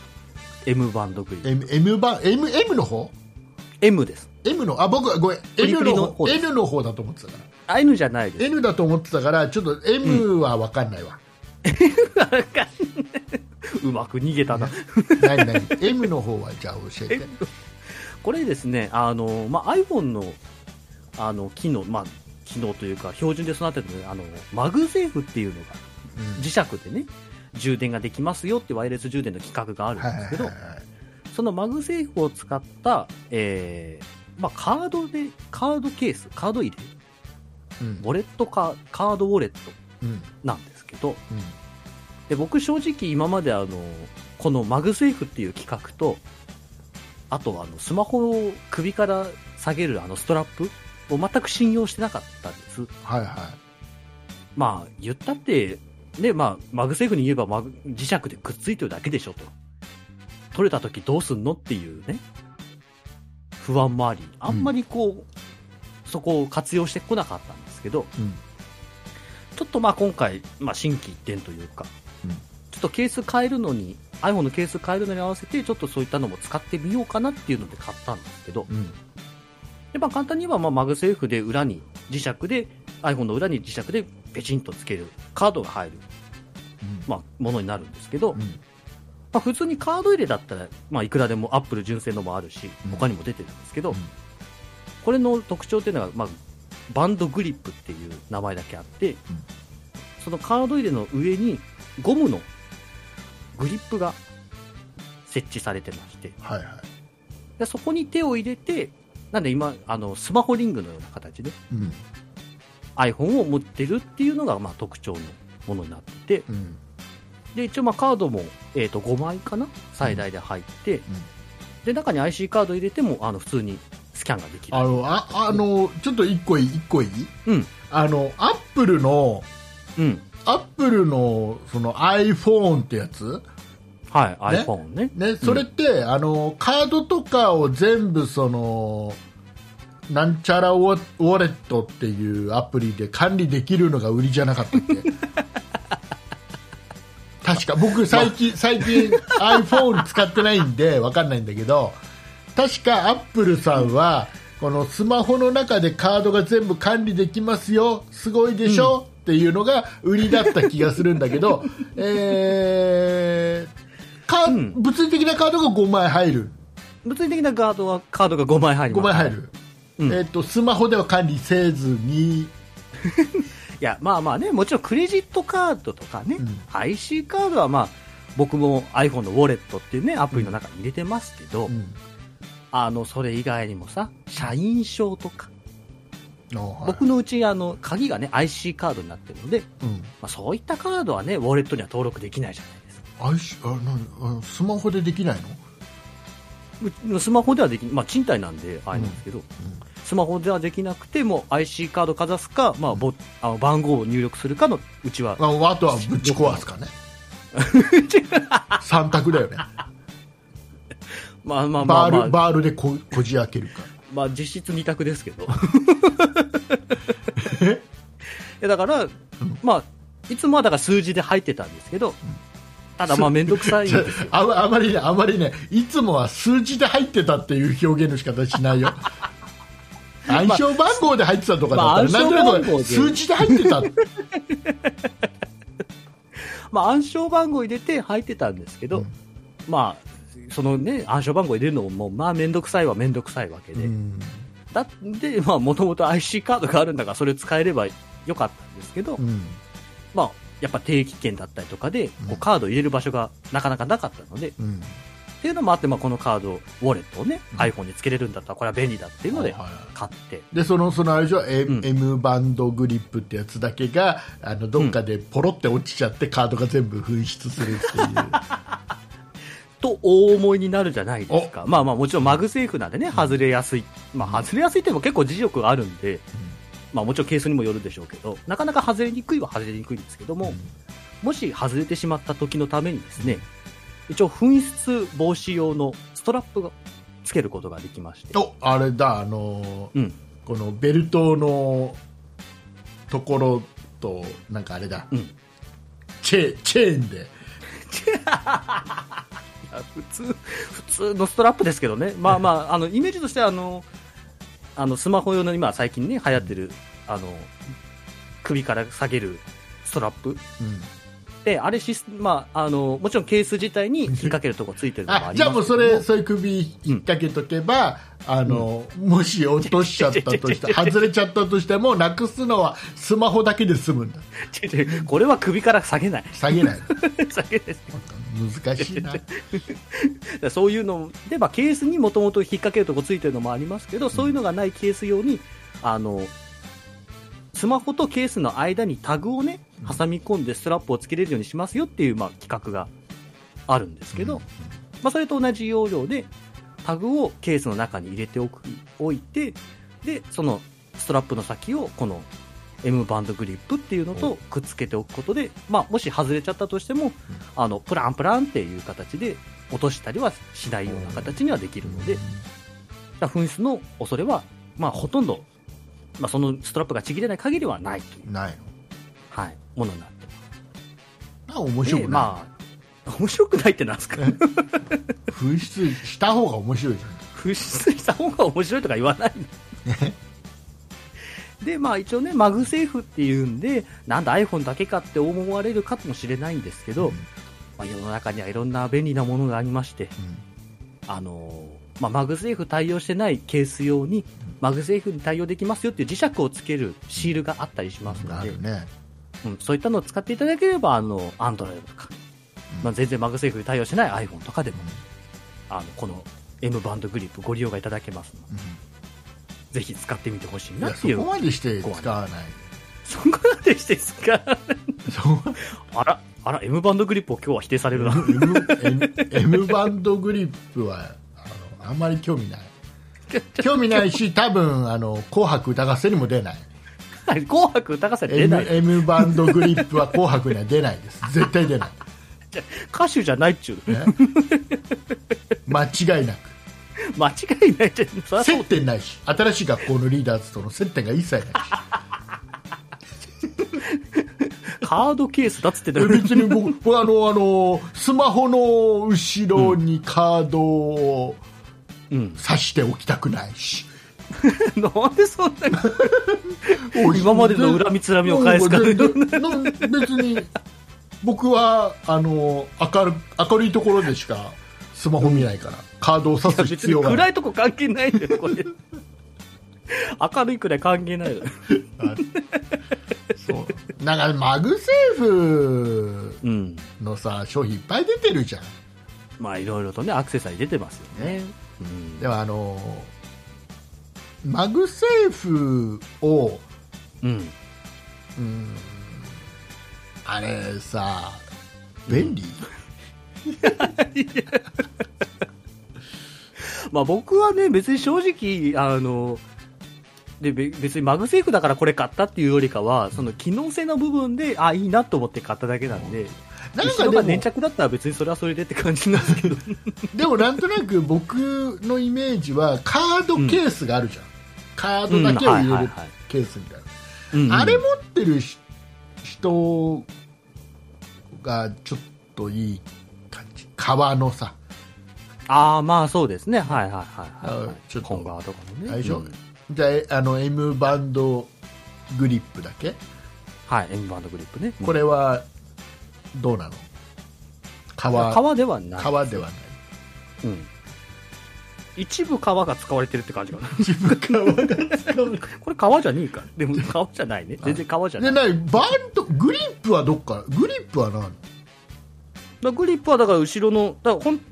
M バンドグリップ。 M M バ M M の方 ？M です。 M のあ僕はごめん N の方 N の方だと思ってたから。 N じゃないです。 N だと思ってたからちょっと M は分かんないわ。 わ、うん、かんない。うまく逃げたな。 何何 M の方はじゃあ教えて。 これですねあの、まあ、iPhone のあの機能、まあ、機能というか標準で備わっているのであのマグセーフっていうのが、うん、磁石でね充電ができますよってワイヤレス充電の規格があるんですけど、はいはいはい、そのマグセーフを使った、えーまあ、カードでカードケースカード入れ、うん、ウォレットカカードウォレットなんですけど、うんうん、で僕正直今まであのこのマグセーフっていう規格とあとはあのスマホを首から下げるあのストラップを全く信用してなかったんです。 はいはい。 まあ言ったってね、まあマグセーフに言えばマグ磁石でくっついてるだけでしょと。取れた時どうすんのっていうね不安もあり、あんまりこう、うん、そこを活用してこなかったんですけど、うん、ちょっとまあ今回、まあ、心機一転というか、うん、ちょっとケース変えるのに iPhone のケース変えるのに合わせてちょっとそういったのも使ってみようかなっていうので買ったんですけど、うん、でまあ、簡単に言えばまあマグセーフで裏に磁石で iPhone の裏に磁石でペチンとつけるカードが入る、うんまあ、ものになるんですけど、うんまあ、普通にカード入れだったら、まあ、いくらでも Apple 純正のもあるし他にも出てるんですけど、うん、これの特徴っていうのが、まあ、バンドグリップっていう名前だけあって、うん、そのカード入れの上にゴムのグリップが設置されてまして、はいはい、でそこに手を入れてなんで今あのスマホリングのような形で、うん、iPhone を持ってるっていうのがまあ特徴のものになってて、うん、で一応まあカードも、えー、とごまいかな最大で入って、うんうん、で中に アイシー カード入れてもあの普通にスキャンができる。 あのああのちょっと一個いい一個いい、うん、あのアップルの、うん、アップルのその iPhone ってやつはい、ね、iPhone ね。 ね、それって、うん、あの、カードとかを全部、その、なんちゃらウォレットっていうアプリで管理できるのが売りじゃなかったっけ確か、僕最近、最近 iPhone 使ってないんでわかんないんだけど、確かアップルさんは、このスマホの中でカードが全部管理できますよ、すごいでしょ、うん、っていうのが売りだった気がするんだけど、えー、かうん、物理的なカードがごまい入る。 物理的なカードはカードがごまい入ります。 ごまい入る、うんえー、とスマホでは管理せずにいやまあまあねもちろんクレジットカードとかね、うん、アイシー カードはまあ僕も iPhone のウォレットっていうねアプリの中に入れてますけど、うん、あのそれ以外にもさ社員証とか、はい、僕のうちあの鍵がね アイシー カードになってるので、うんまあ、そういったカードはねウォレットには登録できないじゃないですか。 ああスマホでできないの？スマホではできまあ賃貸なんであれなんですけど、うんうん、スマホではできなくても アイシー カードかざすか、まあ、ボあの番号を入力するかのうちはああとはぶち壊すかねさん択だよねまあまあまあ、まあ、 バール、バールで こ, こじ開けるかまあ実質に択ですけどだから、うん、まあいつもはだから数字で入ってたんですけど、うんただまあ面倒くさいんですよあ, あまりねあまりねいつもは数字で入ってたっていう表現の仕方しないよ暗証番号で入ってたとかだったら、まあ、なんとなく数字で入ってたまあ暗証番号入れて入ってたんですけど、うん、まあそのね暗証番号入れるのももうまあ面倒くさいは面倒くさいわけで、うん、だってまあもともと アイシー カードがあるんだからそれ使えればよかったんですけど、うん、まあやっぱ定期券だったりとかで、こうカード入れる場所がなかなかなかったので、うん、 っていうのもあって、まあ、このカードウォレットをね、うん、iPhone につけれるんだったらこれは便利だっていうので買って、 でそのそのあれでしょ、M、うん、M バンドグリップってやつだけがあのどっかでポロって落ちちゃって、うん、カードが全部紛失するっていうと大思いになるじゃないですか。まあまあもちろんマグセーフなんでね、外れやすい、まあ、外れやすいっても結構磁力あるんで、うん、まあ、もちろんケースにもよるでしょうけど、なかなか外れにくいは外れにくいんですけども、うん、もし外れてしまった時のためにですね、一応紛失防止用のストラップがつけることができまして、 おあれだ、あのーうん、このベルトのところとなんかあれだ、うん、チェチェーンでいや普通普通のストラップですけどね、まあまあ、あのイメージとしてはあのあのスマホ用の今最近ね流行ってるあの首から下げるストラップ、うん、であれシス、まあ、あのもちろんケース自体に引っ掛けるとこついてるのもありますけどじゃあもうそれそういう首引っ掛けとけば、うん、あのもし落としちゃったとして外れちゃったとしてもなくすのはスマホだけで済むんだ。 これは首から下げない下げない下げない難しいなそういうので、まあ、ケースにもともと引っ掛けるとこついてるのもありますけど、うん、そういうのがないケース用にあのスマホとケースの間にタグをね挟み込んでストラップをつけれるようにしますよっていう、まあ、企画があるんですけど、うんまあ、それと同じ要領でタグをケースの中に入れておくおいて、でそのストラップの先をこの M バンドグリップっていうのとくっつけておくことで、まあ、もし外れちゃったとしても、うん、あのプランプランっていう形で落としたりはしないような形にはできるので、うん、紛失の恐れは、まあ、ほとんど、まあ、そのストラップがちぎれない限りはないというないの、 はい、ものになってます。 あ面白くない、 まあ、面白くないってなんですか紛失した方が面白いじゃん。 紛失した方が面白いとか言わないで、まあ、一応ねマグセーフっていうんでなんだ iPhone だけかって思われるかもしれないんですけど、うんまあ、世の中にはいろんな便利なものがありまして、うん、あのーまあ、マグセーフ対応してないケース用に、うん、マグセーフに対応できますよっていう磁石をつけるシールがあったりしますので、うんねうん、そういったのを使っていただければあの Android とか、うんまあ、全然マグセーフに対応してない iPhone とかでも、うん、あのこの M バンドグリップご利用がいただけますので、うんぜひ使ってみてほしいなっていう。 そこまでして使わない。 そこまでして使わない。あら、あら、M バンドグリップを今日は否定されるな。 M, M, M バンドグリップはあのあんまり興味ない。興味ないし、多分あの紅白歌合戦にも出ない。 紅白歌合戦出ない。 M, M バンドグリップは紅白には出ないです。絶対出ない。 じゃ歌手じゃないっちゅう、ね。 間違いなく。 間違いないじゃん。 接点ないし、新しい学校のリーダーズとの接点が一切ないしカードケースだっつってた。 別に僕あのあのスマホの後ろにカードを挿しておきたくないし、 うん、なんでそんな今までの恨みつらみを返すか。別に僕はあの明る、明るいところでしかスマホ見ないから、カードを挿す必要がない。 暗いとこ関係ないんだよこれ明るいくらい関係ないのそうなんかマグセーフのさ、うん、商品いっぱい出てるじゃん。 まあいろいろとねアクセサリー出てますよね、 うん、でもあのマグセーフを、うんうん、あれさ便利、うんまあ僕はね別に正直あので別にマグセーフだからこれ買ったっていうよりかはその機能性の部分であいいなと思って買っただけなんで、なんか後ろが粘着だったら別にそれはそれでって感じなんですけどでもなんとなく僕のイメージはカードケースがあるじゃん、うん、カードだけを入れるケースみたいな、うんうんはいはいはい、あれ持ってる人がちょっといい感じ、革のさああまあそうですねはいはいはいはい、はい、ちょっと本革とかもね、 うん、じゃあ、あの M バンドグリップだけはい M バンドグリップね、 これはどうなの？革革ではない、 革ではない、 うん、一部革が使われてるって感じかな。 一部革が使われてるこれ革じゃねえか。でも革じゃないね、全然革じゃない。 でないバンドグリップはどっかグリップは何？ グリップはだから後ろのだからほん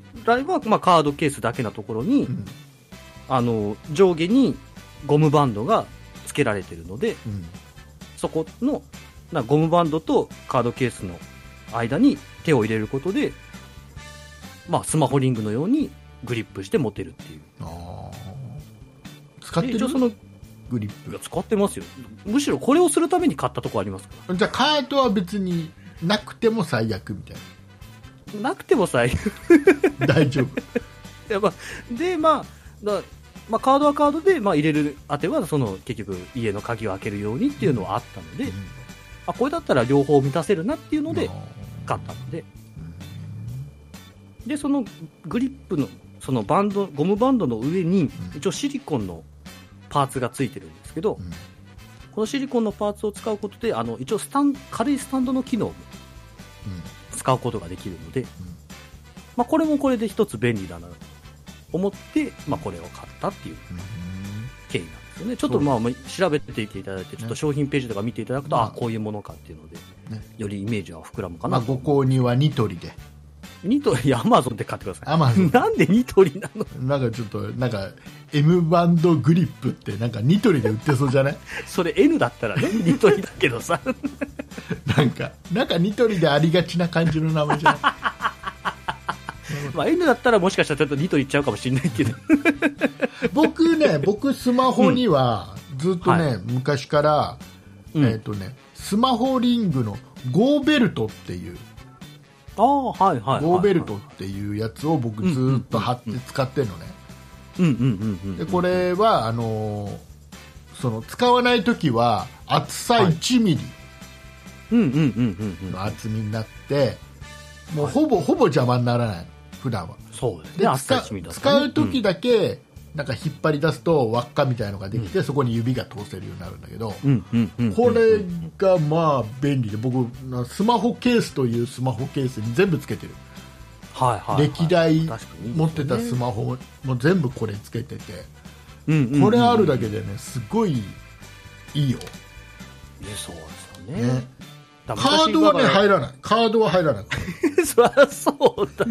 来は、まあ、カードケースだけのところに、 うん、 あの上下にゴムバンドが付けられてるので、うん、そこのなゴムバンドとカードケースの間に手を入れることで、まあ、スマホリングのようにグリップして持てるっていう。あ使ってる？ 一応そのグリップ使ってますよ。むしろこれをするために買ったとこありますから。 じゃあカードは別になくても最悪みたいな。なくても最悪大丈夫やっぱで、まあだまあ、カードはカードで、まあ、入れる当てはその結局家の鍵を開けるようにっていうのはあったので、うん、あこれだったら両方満たせるなっていうので買ったので、うん、でそのグリップのそのバンドゴムバンドの上に一応シリコンのパーツがついてるんですけど、うん、このシリコンのパーツを使うことであの一応スタン軽いスタンドの機能も使うことができるので、うんまあ、これもこれで一つ便利だなと思って、まあ、これを買ったっていう経緯なんですよね。ちょっとまあ調べていていただいてちょっと商品ページとか見ていただくと、ね、あこういうものかっていうので、ね、よりイメージは膨らむかなと、 まあ、ご購入はニトリでニトリアマゾンで買ってください。 アマゾンなんでニトリなの？ なんかちょっとなんか M バンドグリップってなんかニトリで売ってそうじゃない？ それ N だったらねニトリだけどさなんかなんかニトリでありがちな感じの名前じゃないまあ N だったらもしかしたらちょっとニトリ行っちゃうかもしれないけど僕ね僕スマホにはずっとね、うんはい、昔から、 うん、 えっとねスマホリングのゴーベルトっていうあはいはい、 ゴーベルトっていうやつを僕ずっと貼って使ってるのね。でこれはあのー、その使わないときは厚さいちミリの厚みになってもうほぼ、はい、ほぼ邪魔にならない普段は。 そうですね。で使, 使うときだけ、うんなんか引っ張り出すと輪っかみたいなのができて、うん、そこに指が通せるようになるんだけど、これがまあ便利で僕スマホケースというスマホケースに全部つけてる、 はいはいはい、 歴代持ってたスマホも全部これつけてて、これあるだけでねすごいいいよ。 そうですよね。ねカードはね入らない。カードは入らないそりゃそうだ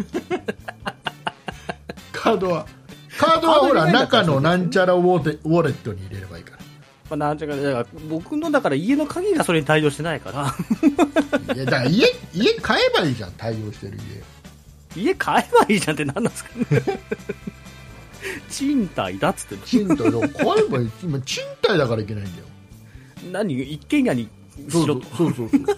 カードはカードはほら中のなんちゃらウォレットに入れればいいから、 まあ、なんちゃらだから僕のだから家の鍵がそれに対応してないからいやだから 家, 家買えばいいじゃん。対応してる家家買えばいいじゃんって何なんですかね賃貸だっつって賃貸だ買えばいい今賃貸だからいけないんだよ。 何一軒家にしろとそうそうそうそうそ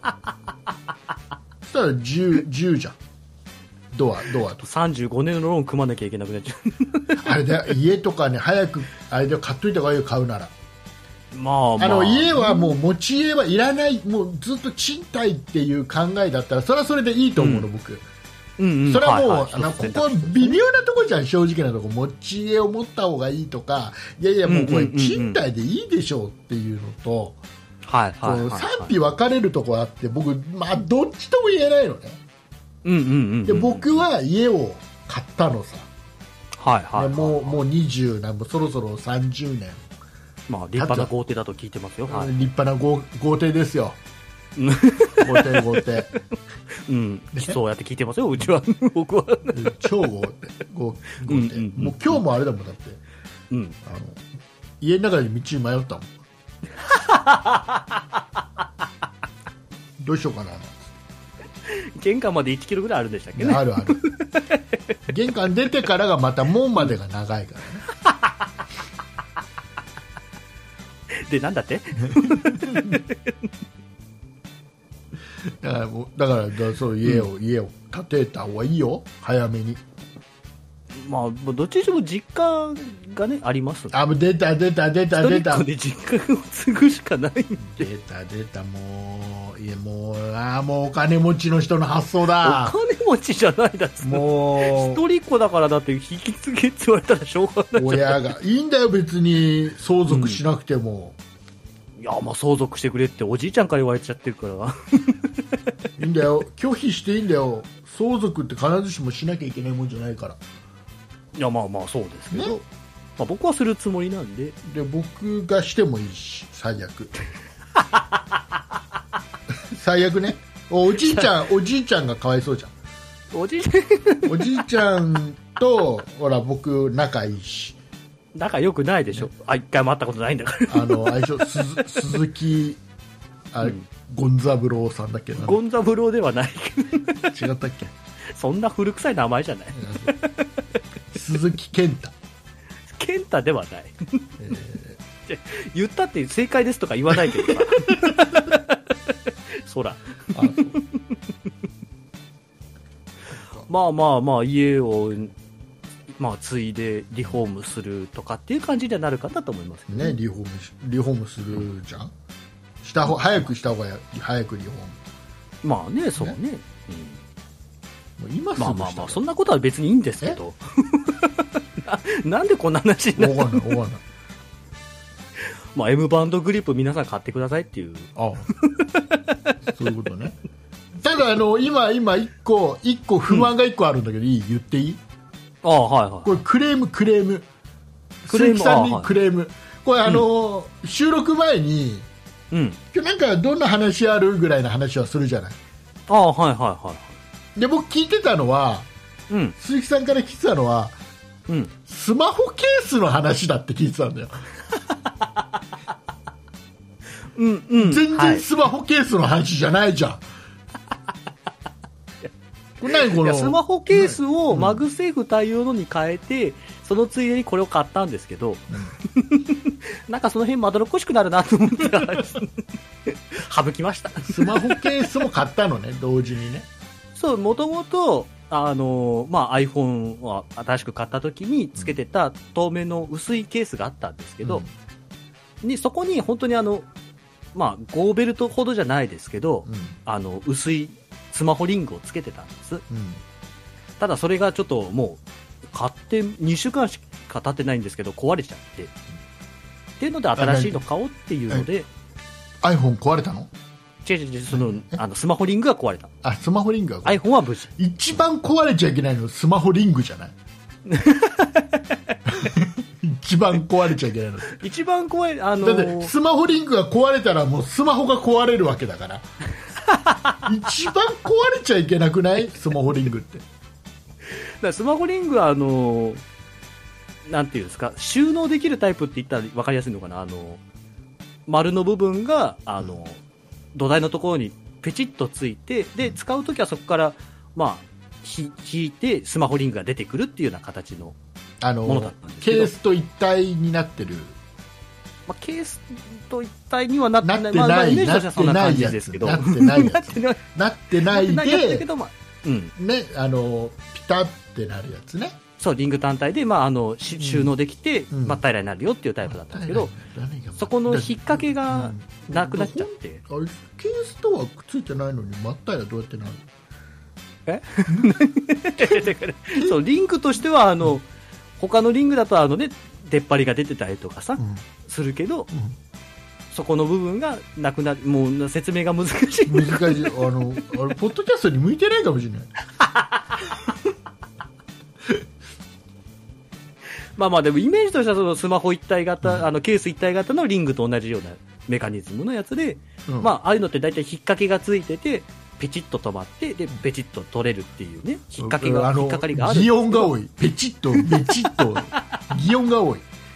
したらじゅうじゃん。ドアドアとさんじゅうごねんのローン組まなきゃいけなくなっちゃうあれだ家とかね早くあれで買っといた方がいいよ買うなら。 まあまあ、 あの家はもう持ち家はいらないもうずっと賃貸っていう考えだったらそれはそれでいいと思うの、うん、僕、うんうん、それはもう、はいはい、あのここは微妙なところじゃん。正直なところ持ち家を持った方がいいとかいやいやもうこれ賃貸でいいでしょうっていうのと、 はいはいはいはい、 賛否分かれるところあって僕、まあ、どっちとも言えないのね。 うんうんうんうん、 で僕は家を買ったのさ、 はいはいはいはい、 もうもうにじゅうなんぼそろそろさんじゅうねん、 まあ、立派な豪邸だと聞いてますよ、はい、 立派な豪豪邸ですよ豪邸豪邸うん、ね、そうやって聞いてますようちは僕は超豪邸豪邸、うんうんうん、もう今日もあれだもんだって、うん、あの家の中で道に迷ったもんどうしようかな。 玄関までいちキロぐらいあるんでしたっけね。 あるある玄関出てからがまた門までが長いからねでなんだってだからだからだからそう家を、うん、家を建てた方がいいよ早めに。 まあどっちにしても実家がねあります。 あ出た出た出た出た。 一人っ子で実家を継ぐしかないんで。 出た出たもういやもうあもうお金持ちの人の発想だ。 お金持ちじゃないだっつもう一人っ子だからだって引き継げって言われたらしょうがない。 親がいいんだよ別に相続しなくても。 うん、いやまあ相続してくれっておじいちゃんから言われちゃってるからいいんだよ拒否していいんだよ。相続って必ずしもしなきゃいけないもんじゃないから。 いやまあまあそうですけど、ねまあ、僕はするつもりなんで。 で僕がしてもいいし最悪最悪ね。おじいちゃんおじいちゃんがかわいそうじゃん。 おじいおじいちゃんとほら僕仲いいし、 仲良くないでしょ、あ、一回も会ったことないんだからあの相性鈴鈴木あ、うん、ゴンザブローさんだっけな、 ゴンザブローではない違ったっけそんな古臭い名前じゃない鈴木健太健太ではない、えー、言ったって正解ですとか言わないでよそらあそうまあまあまあ家をまあ継いでリフォームするとかっていう感じにはなるかなと思いますけどね, ねリフォームリフォームするじゃん、した方早くした方が早くリフォーム、 まあねそうね、ね、 うん、もう今すぐしたまあまあまあそんなことは別にいいんですけどな, なんでこんな話になるの？わかんないわかんないまあ M バンドグリップ皆さん買ってくださいっていう、 ああそういうことね。ただあの今今一個一個不満が一個あるんだけど、うん、いい言っていい？ ああはいはい。 これクレームクレームクレーム鈴木さんにクレーム、はい、これあの、うん、収録前に、うん、今日なんかどんな話あるぐらいの話はするじゃない。 ああはいはいはい。 で僕聞いてたのは、うん、鈴木さんから聞いてたのは、うん、スマホケースの話だって聞いてたんだようんうん、全然スマホケースの話じゃないじゃん、はい、 何このいやスマホケースをマグセーフ対応のに変えて、うん、そのついでにこれを買ったんですけど、うん、なんかその辺まどろっこしくなるなと思って省きました。 スマホケースも買ったのね同時にね。 そうもともとあの、まあ、iPhone は新しく買った時につけてた透明の薄いケースがあったんですけど、うん、にそこに本当にあのまあ、ゴーベルトほどじゃないですけど、うん、あの薄いスマホリングをつけてたんです、うん、ただそれがちょっともう買ってにしゅうかんしか経ってないんですけど壊れちゃって、うん、っていうので新しいの買おうっていうので iPhone 壊れたの？ 違う違うそのあのスマホリングが壊れた。 あスマホリングが壊れた。 iPhone は無事。 一番壊れちゃいけないのスマホリングじゃない一番壊れちゃいけないの一番怖い、あのー、だってスマホリングが壊れたらもうスマホが壊れるわけだから一番壊れちゃいけなくないスマホリングって。だからスマホリングはあのー、なんていうんですか収納できるタイプって言ったら分かりやすいのかな。あのー、丸の部分があのー、土台のところにペチッとついてで使うときはそこからまあひ引いてスマホリングが出てくるっていうような形のあのものだったんですけど、ケースと一体になってる、 まあ、ケースと一体にはなってない、 なってない、まあ、イメージとしてはそんな感じですけど、なってないやつなってないで、うん、ね、あのピタってなるやつね。 そうリング単体で、まあ、あの収納できて、うん、まあ、平らになるよっていうタイプだったんですけど、うん、そこの引っ掛けがなくなっちゃって、 あれケースとはくっついてないのに真っ平らどうやってなるの？ えそうリングとしてはあの、うん、他のリングだとあの、ね、出っ張りが出てたりとかさ、うん、するけど、うん、そこの部分がなくなる。もう説明が難しい難しいあのあれポッドキャストに向いてないかもしれないまあまあでもイメージとしてはそのスマホ一体型、うん、あのケース一体型のリングと同じようなメカニズムのやつで、うん、まあああいうのって大体引っ掛けがついててペチッと止まってでペチッと取れるっていうね引っ掛けが引っ掛かりがある。 擬音が多い。ペチッとペチッと擬音が多い。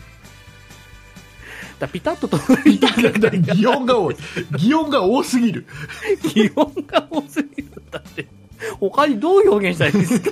だピタッと止まる。ピタッと擬音が多い。擬音が多すぎる。 擬音が多すぎる。だって他にどう表現したらいいですか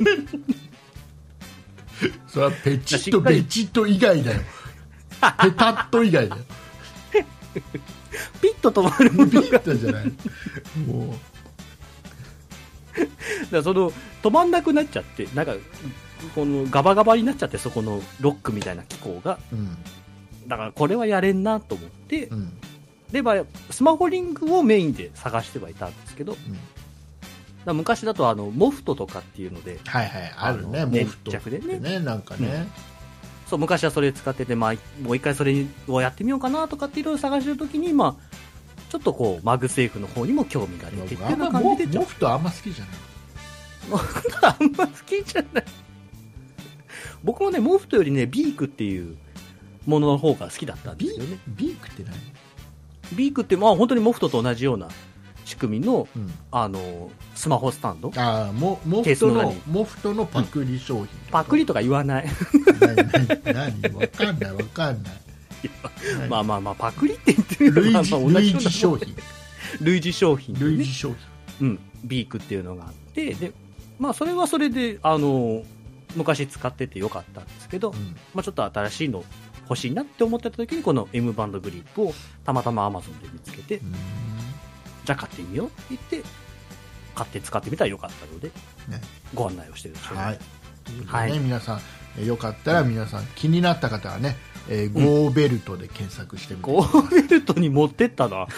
それはペチッとペチッと以外だよ。ペタッと以外だよ。 ピッと止まるものが。 ピッとじゃない。もう。 だからその止まんなくなっちゃってなんかこのガバガバになっちゃってそこのロックみたいな機構が、うん、だからこれはやれんなと思って、うん、でまあスマホリングをメインで探してはいたんですけど、うん、だ昔だとあのモフトとかっていうのではいはいあるねモフト粘着でねねなんかね、うん、 そう昔はそれ使ってて、まあ、もう一回それをやってみようかなとかっていろいろ探してるときにまあちょっとこうマグセーフの方にも興味が出てっていうような感じでモフトあんま好きじゃないモフトあんま好きじゃない僕もねモフトよりねビークっていうものの方が好きだったんですよね。 ビークって何？ ビークってまあ本当にモフトと同じような仕組みの、 うん、 あのスマホスタンド、 あモモフトのモフトのパクリ商品、うん、 パクリとか言わない何何わかんないわかんないまあまあまあパクリって言ってるのは類似商品類似商品、ね、 類似商品、 うん、ビークっていうのがあってで、まあ、それはそれであの昔使っててよかったんですけど、うん、まあ、ちょっと新しいの欲しいなって思ってた時にこの M バンドグリップをたまたま Amazon で見つけて、じゃあ買ってみようって言って買って使ってみたらよかったので、ね、ご案内をしてるんですよ、 はいはいね、皆さんよかったら皆さん気になった方はね、えー、ゴーベルトで検索してみてください、 ゴーベルトに持ってったな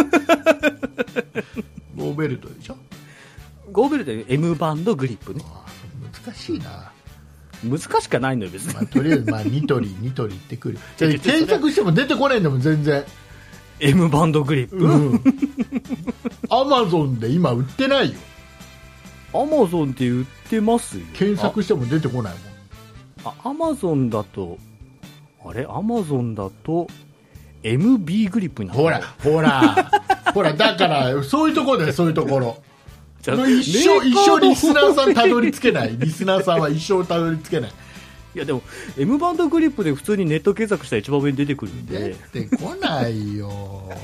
ゴーベルトでしょ。 ゴーベルトで M バンドグリップね。 難しいな。 難しかないのよ別に、 まあ、とりあえずまあニトリニトリ行ってくる検索しても出てこないんだもん全然 M バンドグリップ、うん、 アマゾンで今売ってないよ。 アマゾンって売ってますよ。 検索しても出てこないもん。あ、アマゾンだとあれアマゾンだと エムビー グリップになる。 ほらほらほらだからそういうところだよそういうところ一生一生リスナーさんたどり着けないリスナーさんは一生たどり着けない。 いやでも M バンドグリップで普通にネット検索したら一番上に出てくるんで出てこないよ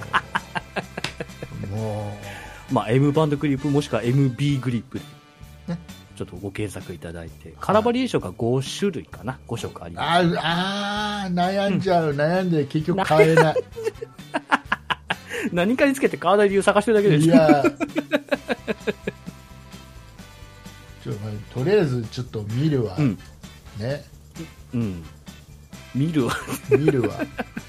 もうまあ M バンドグリップもしくは エムビー グリップで、ね、ちょっとご検索いただいてカラーバリエーションがご種類かなご色あります。 ああ悩んじゃう、うん、悩んで結局買えない何かにつけて買わない理由探してるだけでしょ。 いやちょとりあえずちょっと見るわ、うん、ね、 うん、見るわ見るわ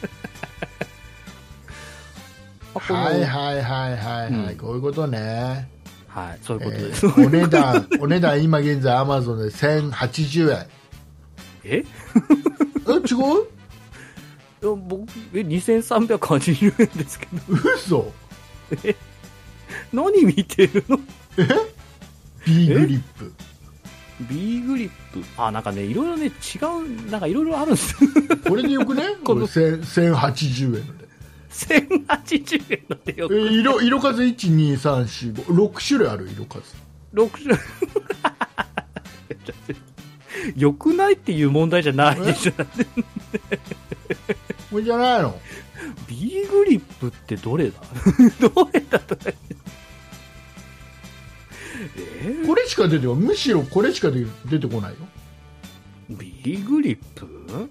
はいはいはいはいはい、うん、こういうことね。 はいそういうことです、 えー、お値段お値段今現在アマゾンでせんはちじゅうえん。 ええ違ういや僕えにせんさんびゃくはちじゅうえんですけど。 嘘え何見てるの。 え B グリップ B グリップあなんかねいろいろね違うなんかいろいろあるんですこれでよくねこのせんはちじゅうえんのでせんはちじゅうえんのでよく、 えー、色, 色数いちにさんしごろく種類ある色数ろく種類よくないっていう問題じゃないでしょこれじゃないの。 B グリップってどれだどれだとかえー、これしか出てこない。むしろこれしか出てこないよ。 B グリップ、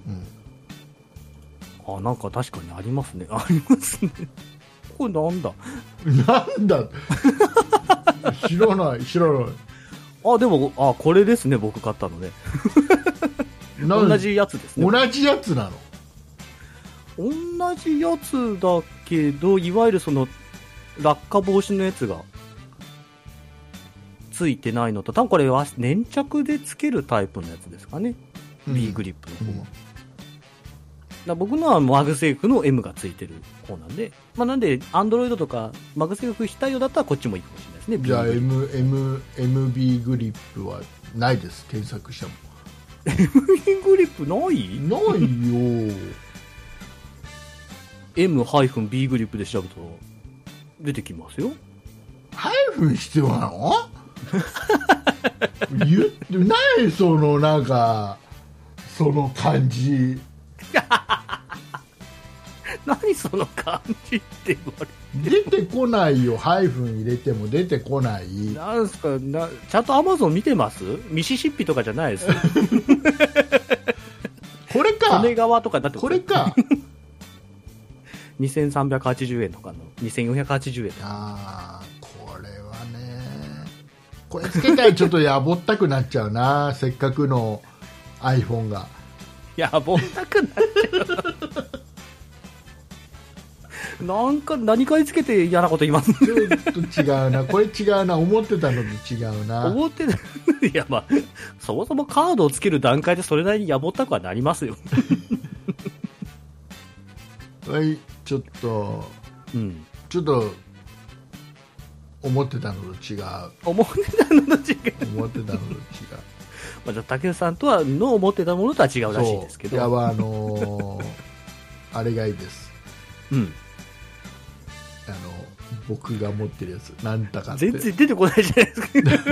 うん、あなんか確かにありますねありますねこれなんだなんだ知らない知らない。 あでもあこれですね僕買ったのね同じやつですね。 同じやつなの。 同じやつだけどいわゆるその落下防止のやつがついてないのと多分これは粘着でつけるタイプのやつですかね、うん、B グリップの方は、うん、だ僕のはマグセーフの M がついてる方なんで、まあ、なんで Android とかマグセーフ非対応だったらこっちもいいかもしれないですね。 じゃあ M、M、エムビー グリップはないです。検索してもエムビー グリップないないよエムビー グリップで調べたら出てきますよ。 ハイフン必要なの言ってないそのなんかその感じ何その感じって言われて出てこないよ。ハイフン入れても出てこない。 なんすかなちゃんとアマゾン見てます？ミシシッピとかじゃないですこれか利根川とかだってこれかにせんさんびゃくはちじゅうえんとかのにせんよんひゃくはちじゅうえん。 あーこれはねこれつけたらちょっとやぼったくなっちゃうなせっかくの iPhone がやぼったくなっちゃうなんか何かにつけて嫌なこと言いますちょっと違うなこれ違うな思ってたのと違うな思ってたいやまあそもそもカードをつける段階でそれなりにやぼったくはなりますよはいちょっと、うん、ちょっと思ってたのと違う思ってたのと違う思ってたのと違うまあじゃあ竹内さんとはの思ってたものとは違うらしいですけど。 いやあのー、あれがいいです。 うん。 あの僕が持ってるやつなんたかって全然出てこないじゃないですか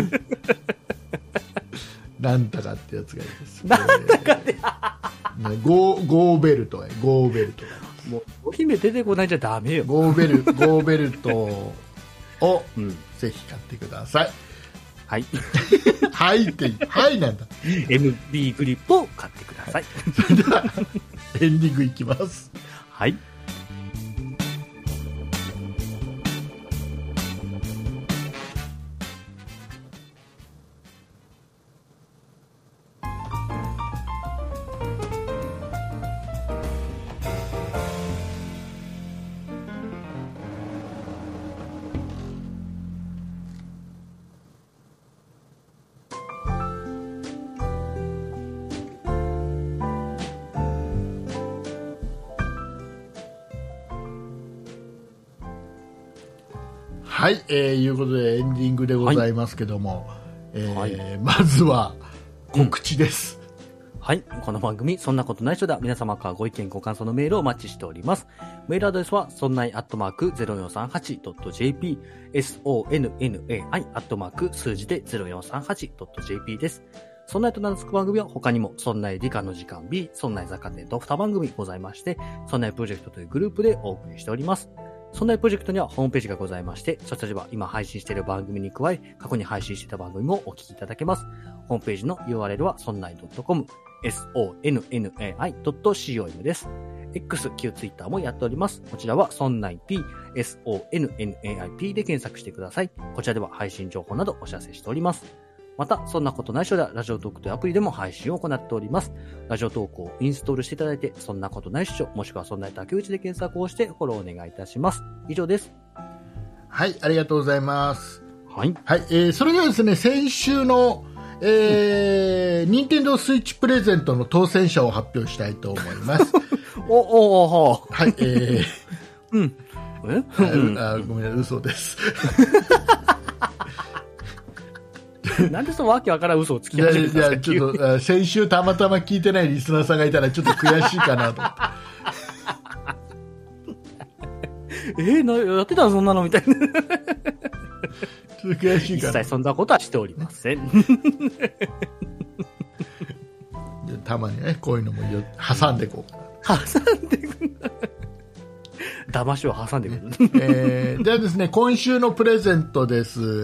なんたかってやつがいいです。 なんだかって、 ね、ゴーゴーベルトゴーベルトもうお姫出てこないじゃダメよ。 ゴーベルゴーベルトを、うん、ぜひ買ってください。 はいはいってはいなんだ。 エムビー グリップを買ってください。 それではエンディングいきます。 はい。 はい、えー、いうことでエンディングでございますけども、はいえーはい、まずは告知です、 うん、はい、この番組そんなことない人では皆様からご意見ご感想のメールをお待ちしております。メールアドレスはそんないアットマーク ゼロよんさんはちドットジェーピー ソンナイ アットマーク数字で ゼロよんさんはちドットジェーピー です。そんないと名付く番組は他にもそんない理科の時間 B、そんない雑貨店とに番組ございまして、そんないプロジェクトというグループでお送りしております。そんなプロジェクトにはホームページがございまして、そちらでは今配信している番組に加え、過去に配信していた番組もお聞きいただけます。ホームページの ユーアールエル は ソンナイ ドットコム、ソンナイ ドットコム です。X、旧 Twitter もやっております。こちらは ソンナイピー、ソンナイピー で検索してください。こちらでは配信情報などお知らせしております。また、そんなことないしょではラジオトークというアプリでも配信を行っております。ラジオトークをインストールしていただいて、そんなことないっしょ、もしくはそんな竹内で検索をしてフォローお願いいたします。以上です。 はい、ありがとうございます。 はい。 はい、えー、それではですね、先週の、えー、任天堂スイッチプレゼントの当選者を発表したいと思います。 お、お、お、お。 はい、えー、 うん。 えああごめんなさい、嘘です。 なんでそのわけわからん嘘をつき始めたんですか。いやいやちょっと先週たまたま聞いてないリスナーさんがいたらちょっと悔しいかなと思ってえー、なやってたのそんなのみたいな。ちょっと悔しいかな。 一切そんなことはしておりません。 たまにねこういうのも挟んでいこうかな。 挟んでいくんだ。騙しを挟んでくる、 えー、ではですね、今週のプレゼントです。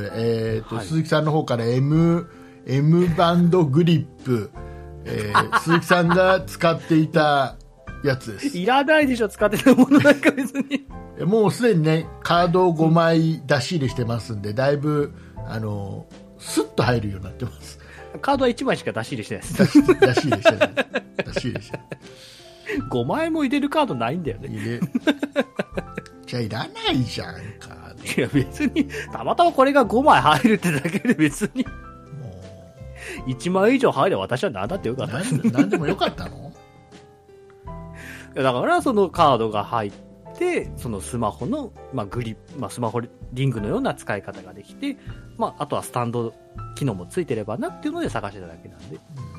えーとはい、鈴木さんの方から M, M バンドグリップ、えー、鈴木さんが使っていたやつです。 いらないでしょ、使ってたものなんか別に。 もうすでにね、カードをごまい出し入れしてますんで、だいぶ、あの、スッと入るようになってます。 カードはいちまいしか出し入れしてないです。 出し、出し入れしてない。出し入れしてない。 ごまいも入れるカードないんだよね。 入れじゃあいらないじゃんカード。 いや別にたまたまこれがごまい入るってだけで別にもういちまい以上入れば私は何だってよかった。 何でもよかったの。 いやだからそのカードが入ってそのスマホの、まあ、グリ、まあ、スマホリングのような使い方ができて、まあ、あとはスタンド機能もついてればなっていうので探してただけなんで、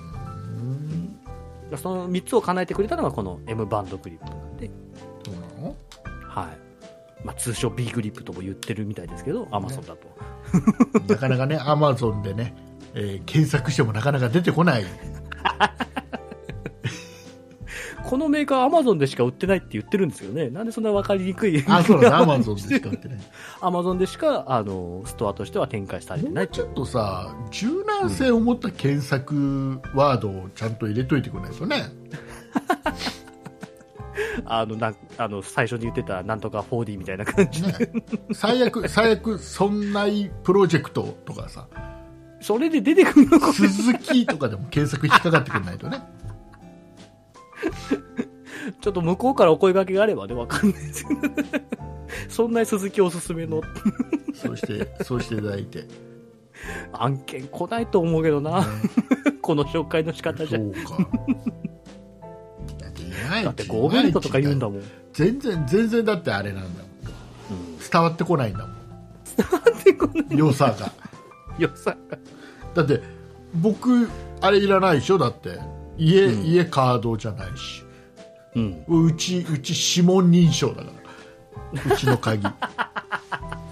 そのみっつを叶えてくれたのがこの M バンドグリップなんで。 そうなの？ はい。まあ、通称 B グリップとも言ってるみたいですけど、アマゾンだと。 なかなかね、アマゾンでね、えー、検索してもなかなか出てこない。 このメーカーアマゾンでしか売ってないって言ってるんですよね。なんでそんな分かりにくい。 あ、そうだね、アマゾンでしか売ってない。 アマゾンでしか、あの、ストアとしては展開されてない。 ちょっとさ、柔軟性を持った検索ワードをちゃんと入れといてくれないとね。 あの、なあの、最初に言ってたなんとか フォーディー みたいな感じで、ね。 最悪、最悪、そんないプロジェクトとかさ。 それで出てくるの鈴木とかでも検索引っかかってくれないとね。 ちょっと向こうからお声掛けがあればね、わかんないですけど。そんな鈴木おすすめの。 そうして、そうしていただいて。 案件来ないと思うけどな。ね、この紹介の仕方じゃ。 そうか。 だってゴーベルトとか言うんだもん。 全然、全然だってあれなんだもん。うん、伝わってこないんだもん。 伝わってこない。 良さが。 良さが。 だって、僕、あれいらないでしょだって。家、うん、家カードじゃないし。うん、うち、うち指紋認証だから。うちの鍵。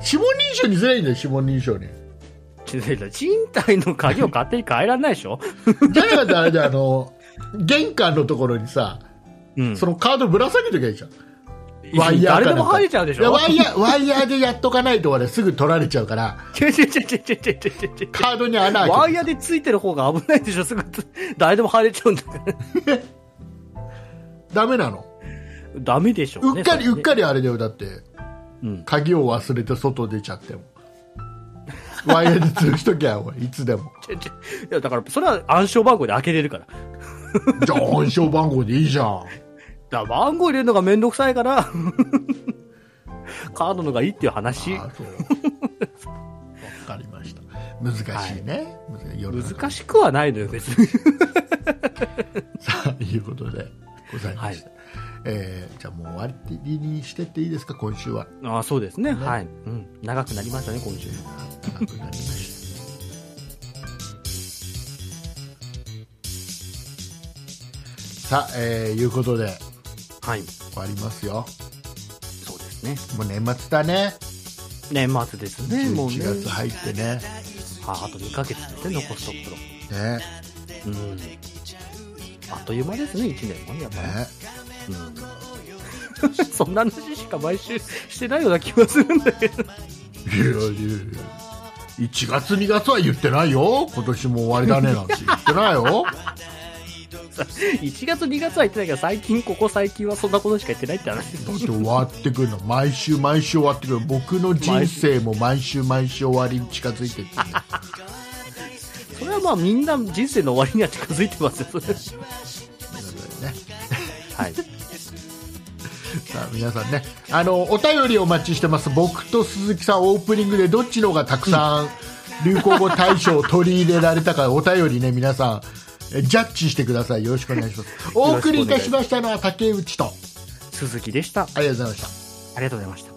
指紋認証にすればいいんだよ、指紋認証に。 賃貸の鍵を勝手に変えられないでしょ。 じゃなかったらあれで、あの、玄関のところにさ、うん、そのカードぶら下げときゃいいじゃん。ワイヤーかなんか。誰でも入れちゃうでしょ。ワイヤー、ワイヤーでやっとかないとすぐ取られちゃうから。カードに穴開けて。 ワイヤーでついてる方が危ないでしょ、すぐ。誰でも入れちゃうんだから。 ダメなの？ ダメでしょうね。 うっかり、うっかりあれだよ、だって。うん、鍵を忘れて外出ちゃっても。ワイヤーで吊るしときゃ、いつでも。 いや、だから、それは暗証番号で開けれるから。 じゃあ暗証番号でいいじゃん。 だから番号入れるのがめんどくさいから、カードのがいいっていう話。ああ、そう。 わかりました。難しいね。 はい、難しくはないのよ、別に。 さあ、いうことでございました。はい、えー、じゃあもう終わりにしてっていいですか、今週は。 ああ、そうですね。ね、はい、うん。長くなりましたね、今週。 長くなりました。さあ、えー、いうことで、 はい、 終わりますよ。 そうですね。 もう年末だね。 年末ですね。もうね。 じゅういちがつ入ってね。 はあ、あとにかげつですね、残すところ。 ね。 うん。あっという間ですね、いちねんもね、やっぱり。ね。うん。そんな話しか毎週してないような気がするんだけど。いやいやいや、いちがつにがつは言ってないよ。今年も終わりだねなんて言ってないよ。 いちがつにがつは言ってないけど、最近ここ最近はそんなことしか言ってないって話です。 だって終わってくるの、毎週毎週終わってくる。僕の人生も毎週毎週終わりに近づいてって、ね、 それはまあみんな人生の終わりには近づいてますよ、それ。ね、はい。さあ皆さんね、あのお便りお待ちしてます。僕と鈴木さんオープニングでどっちの方がたくさん流行語大賞を取り入れられたか、お便りね、皆さんジャッジしてください。よろしくお願いします。お送りいたしましたのは竹内と鈴木でした。ありがとうございました。 ありがとうございました。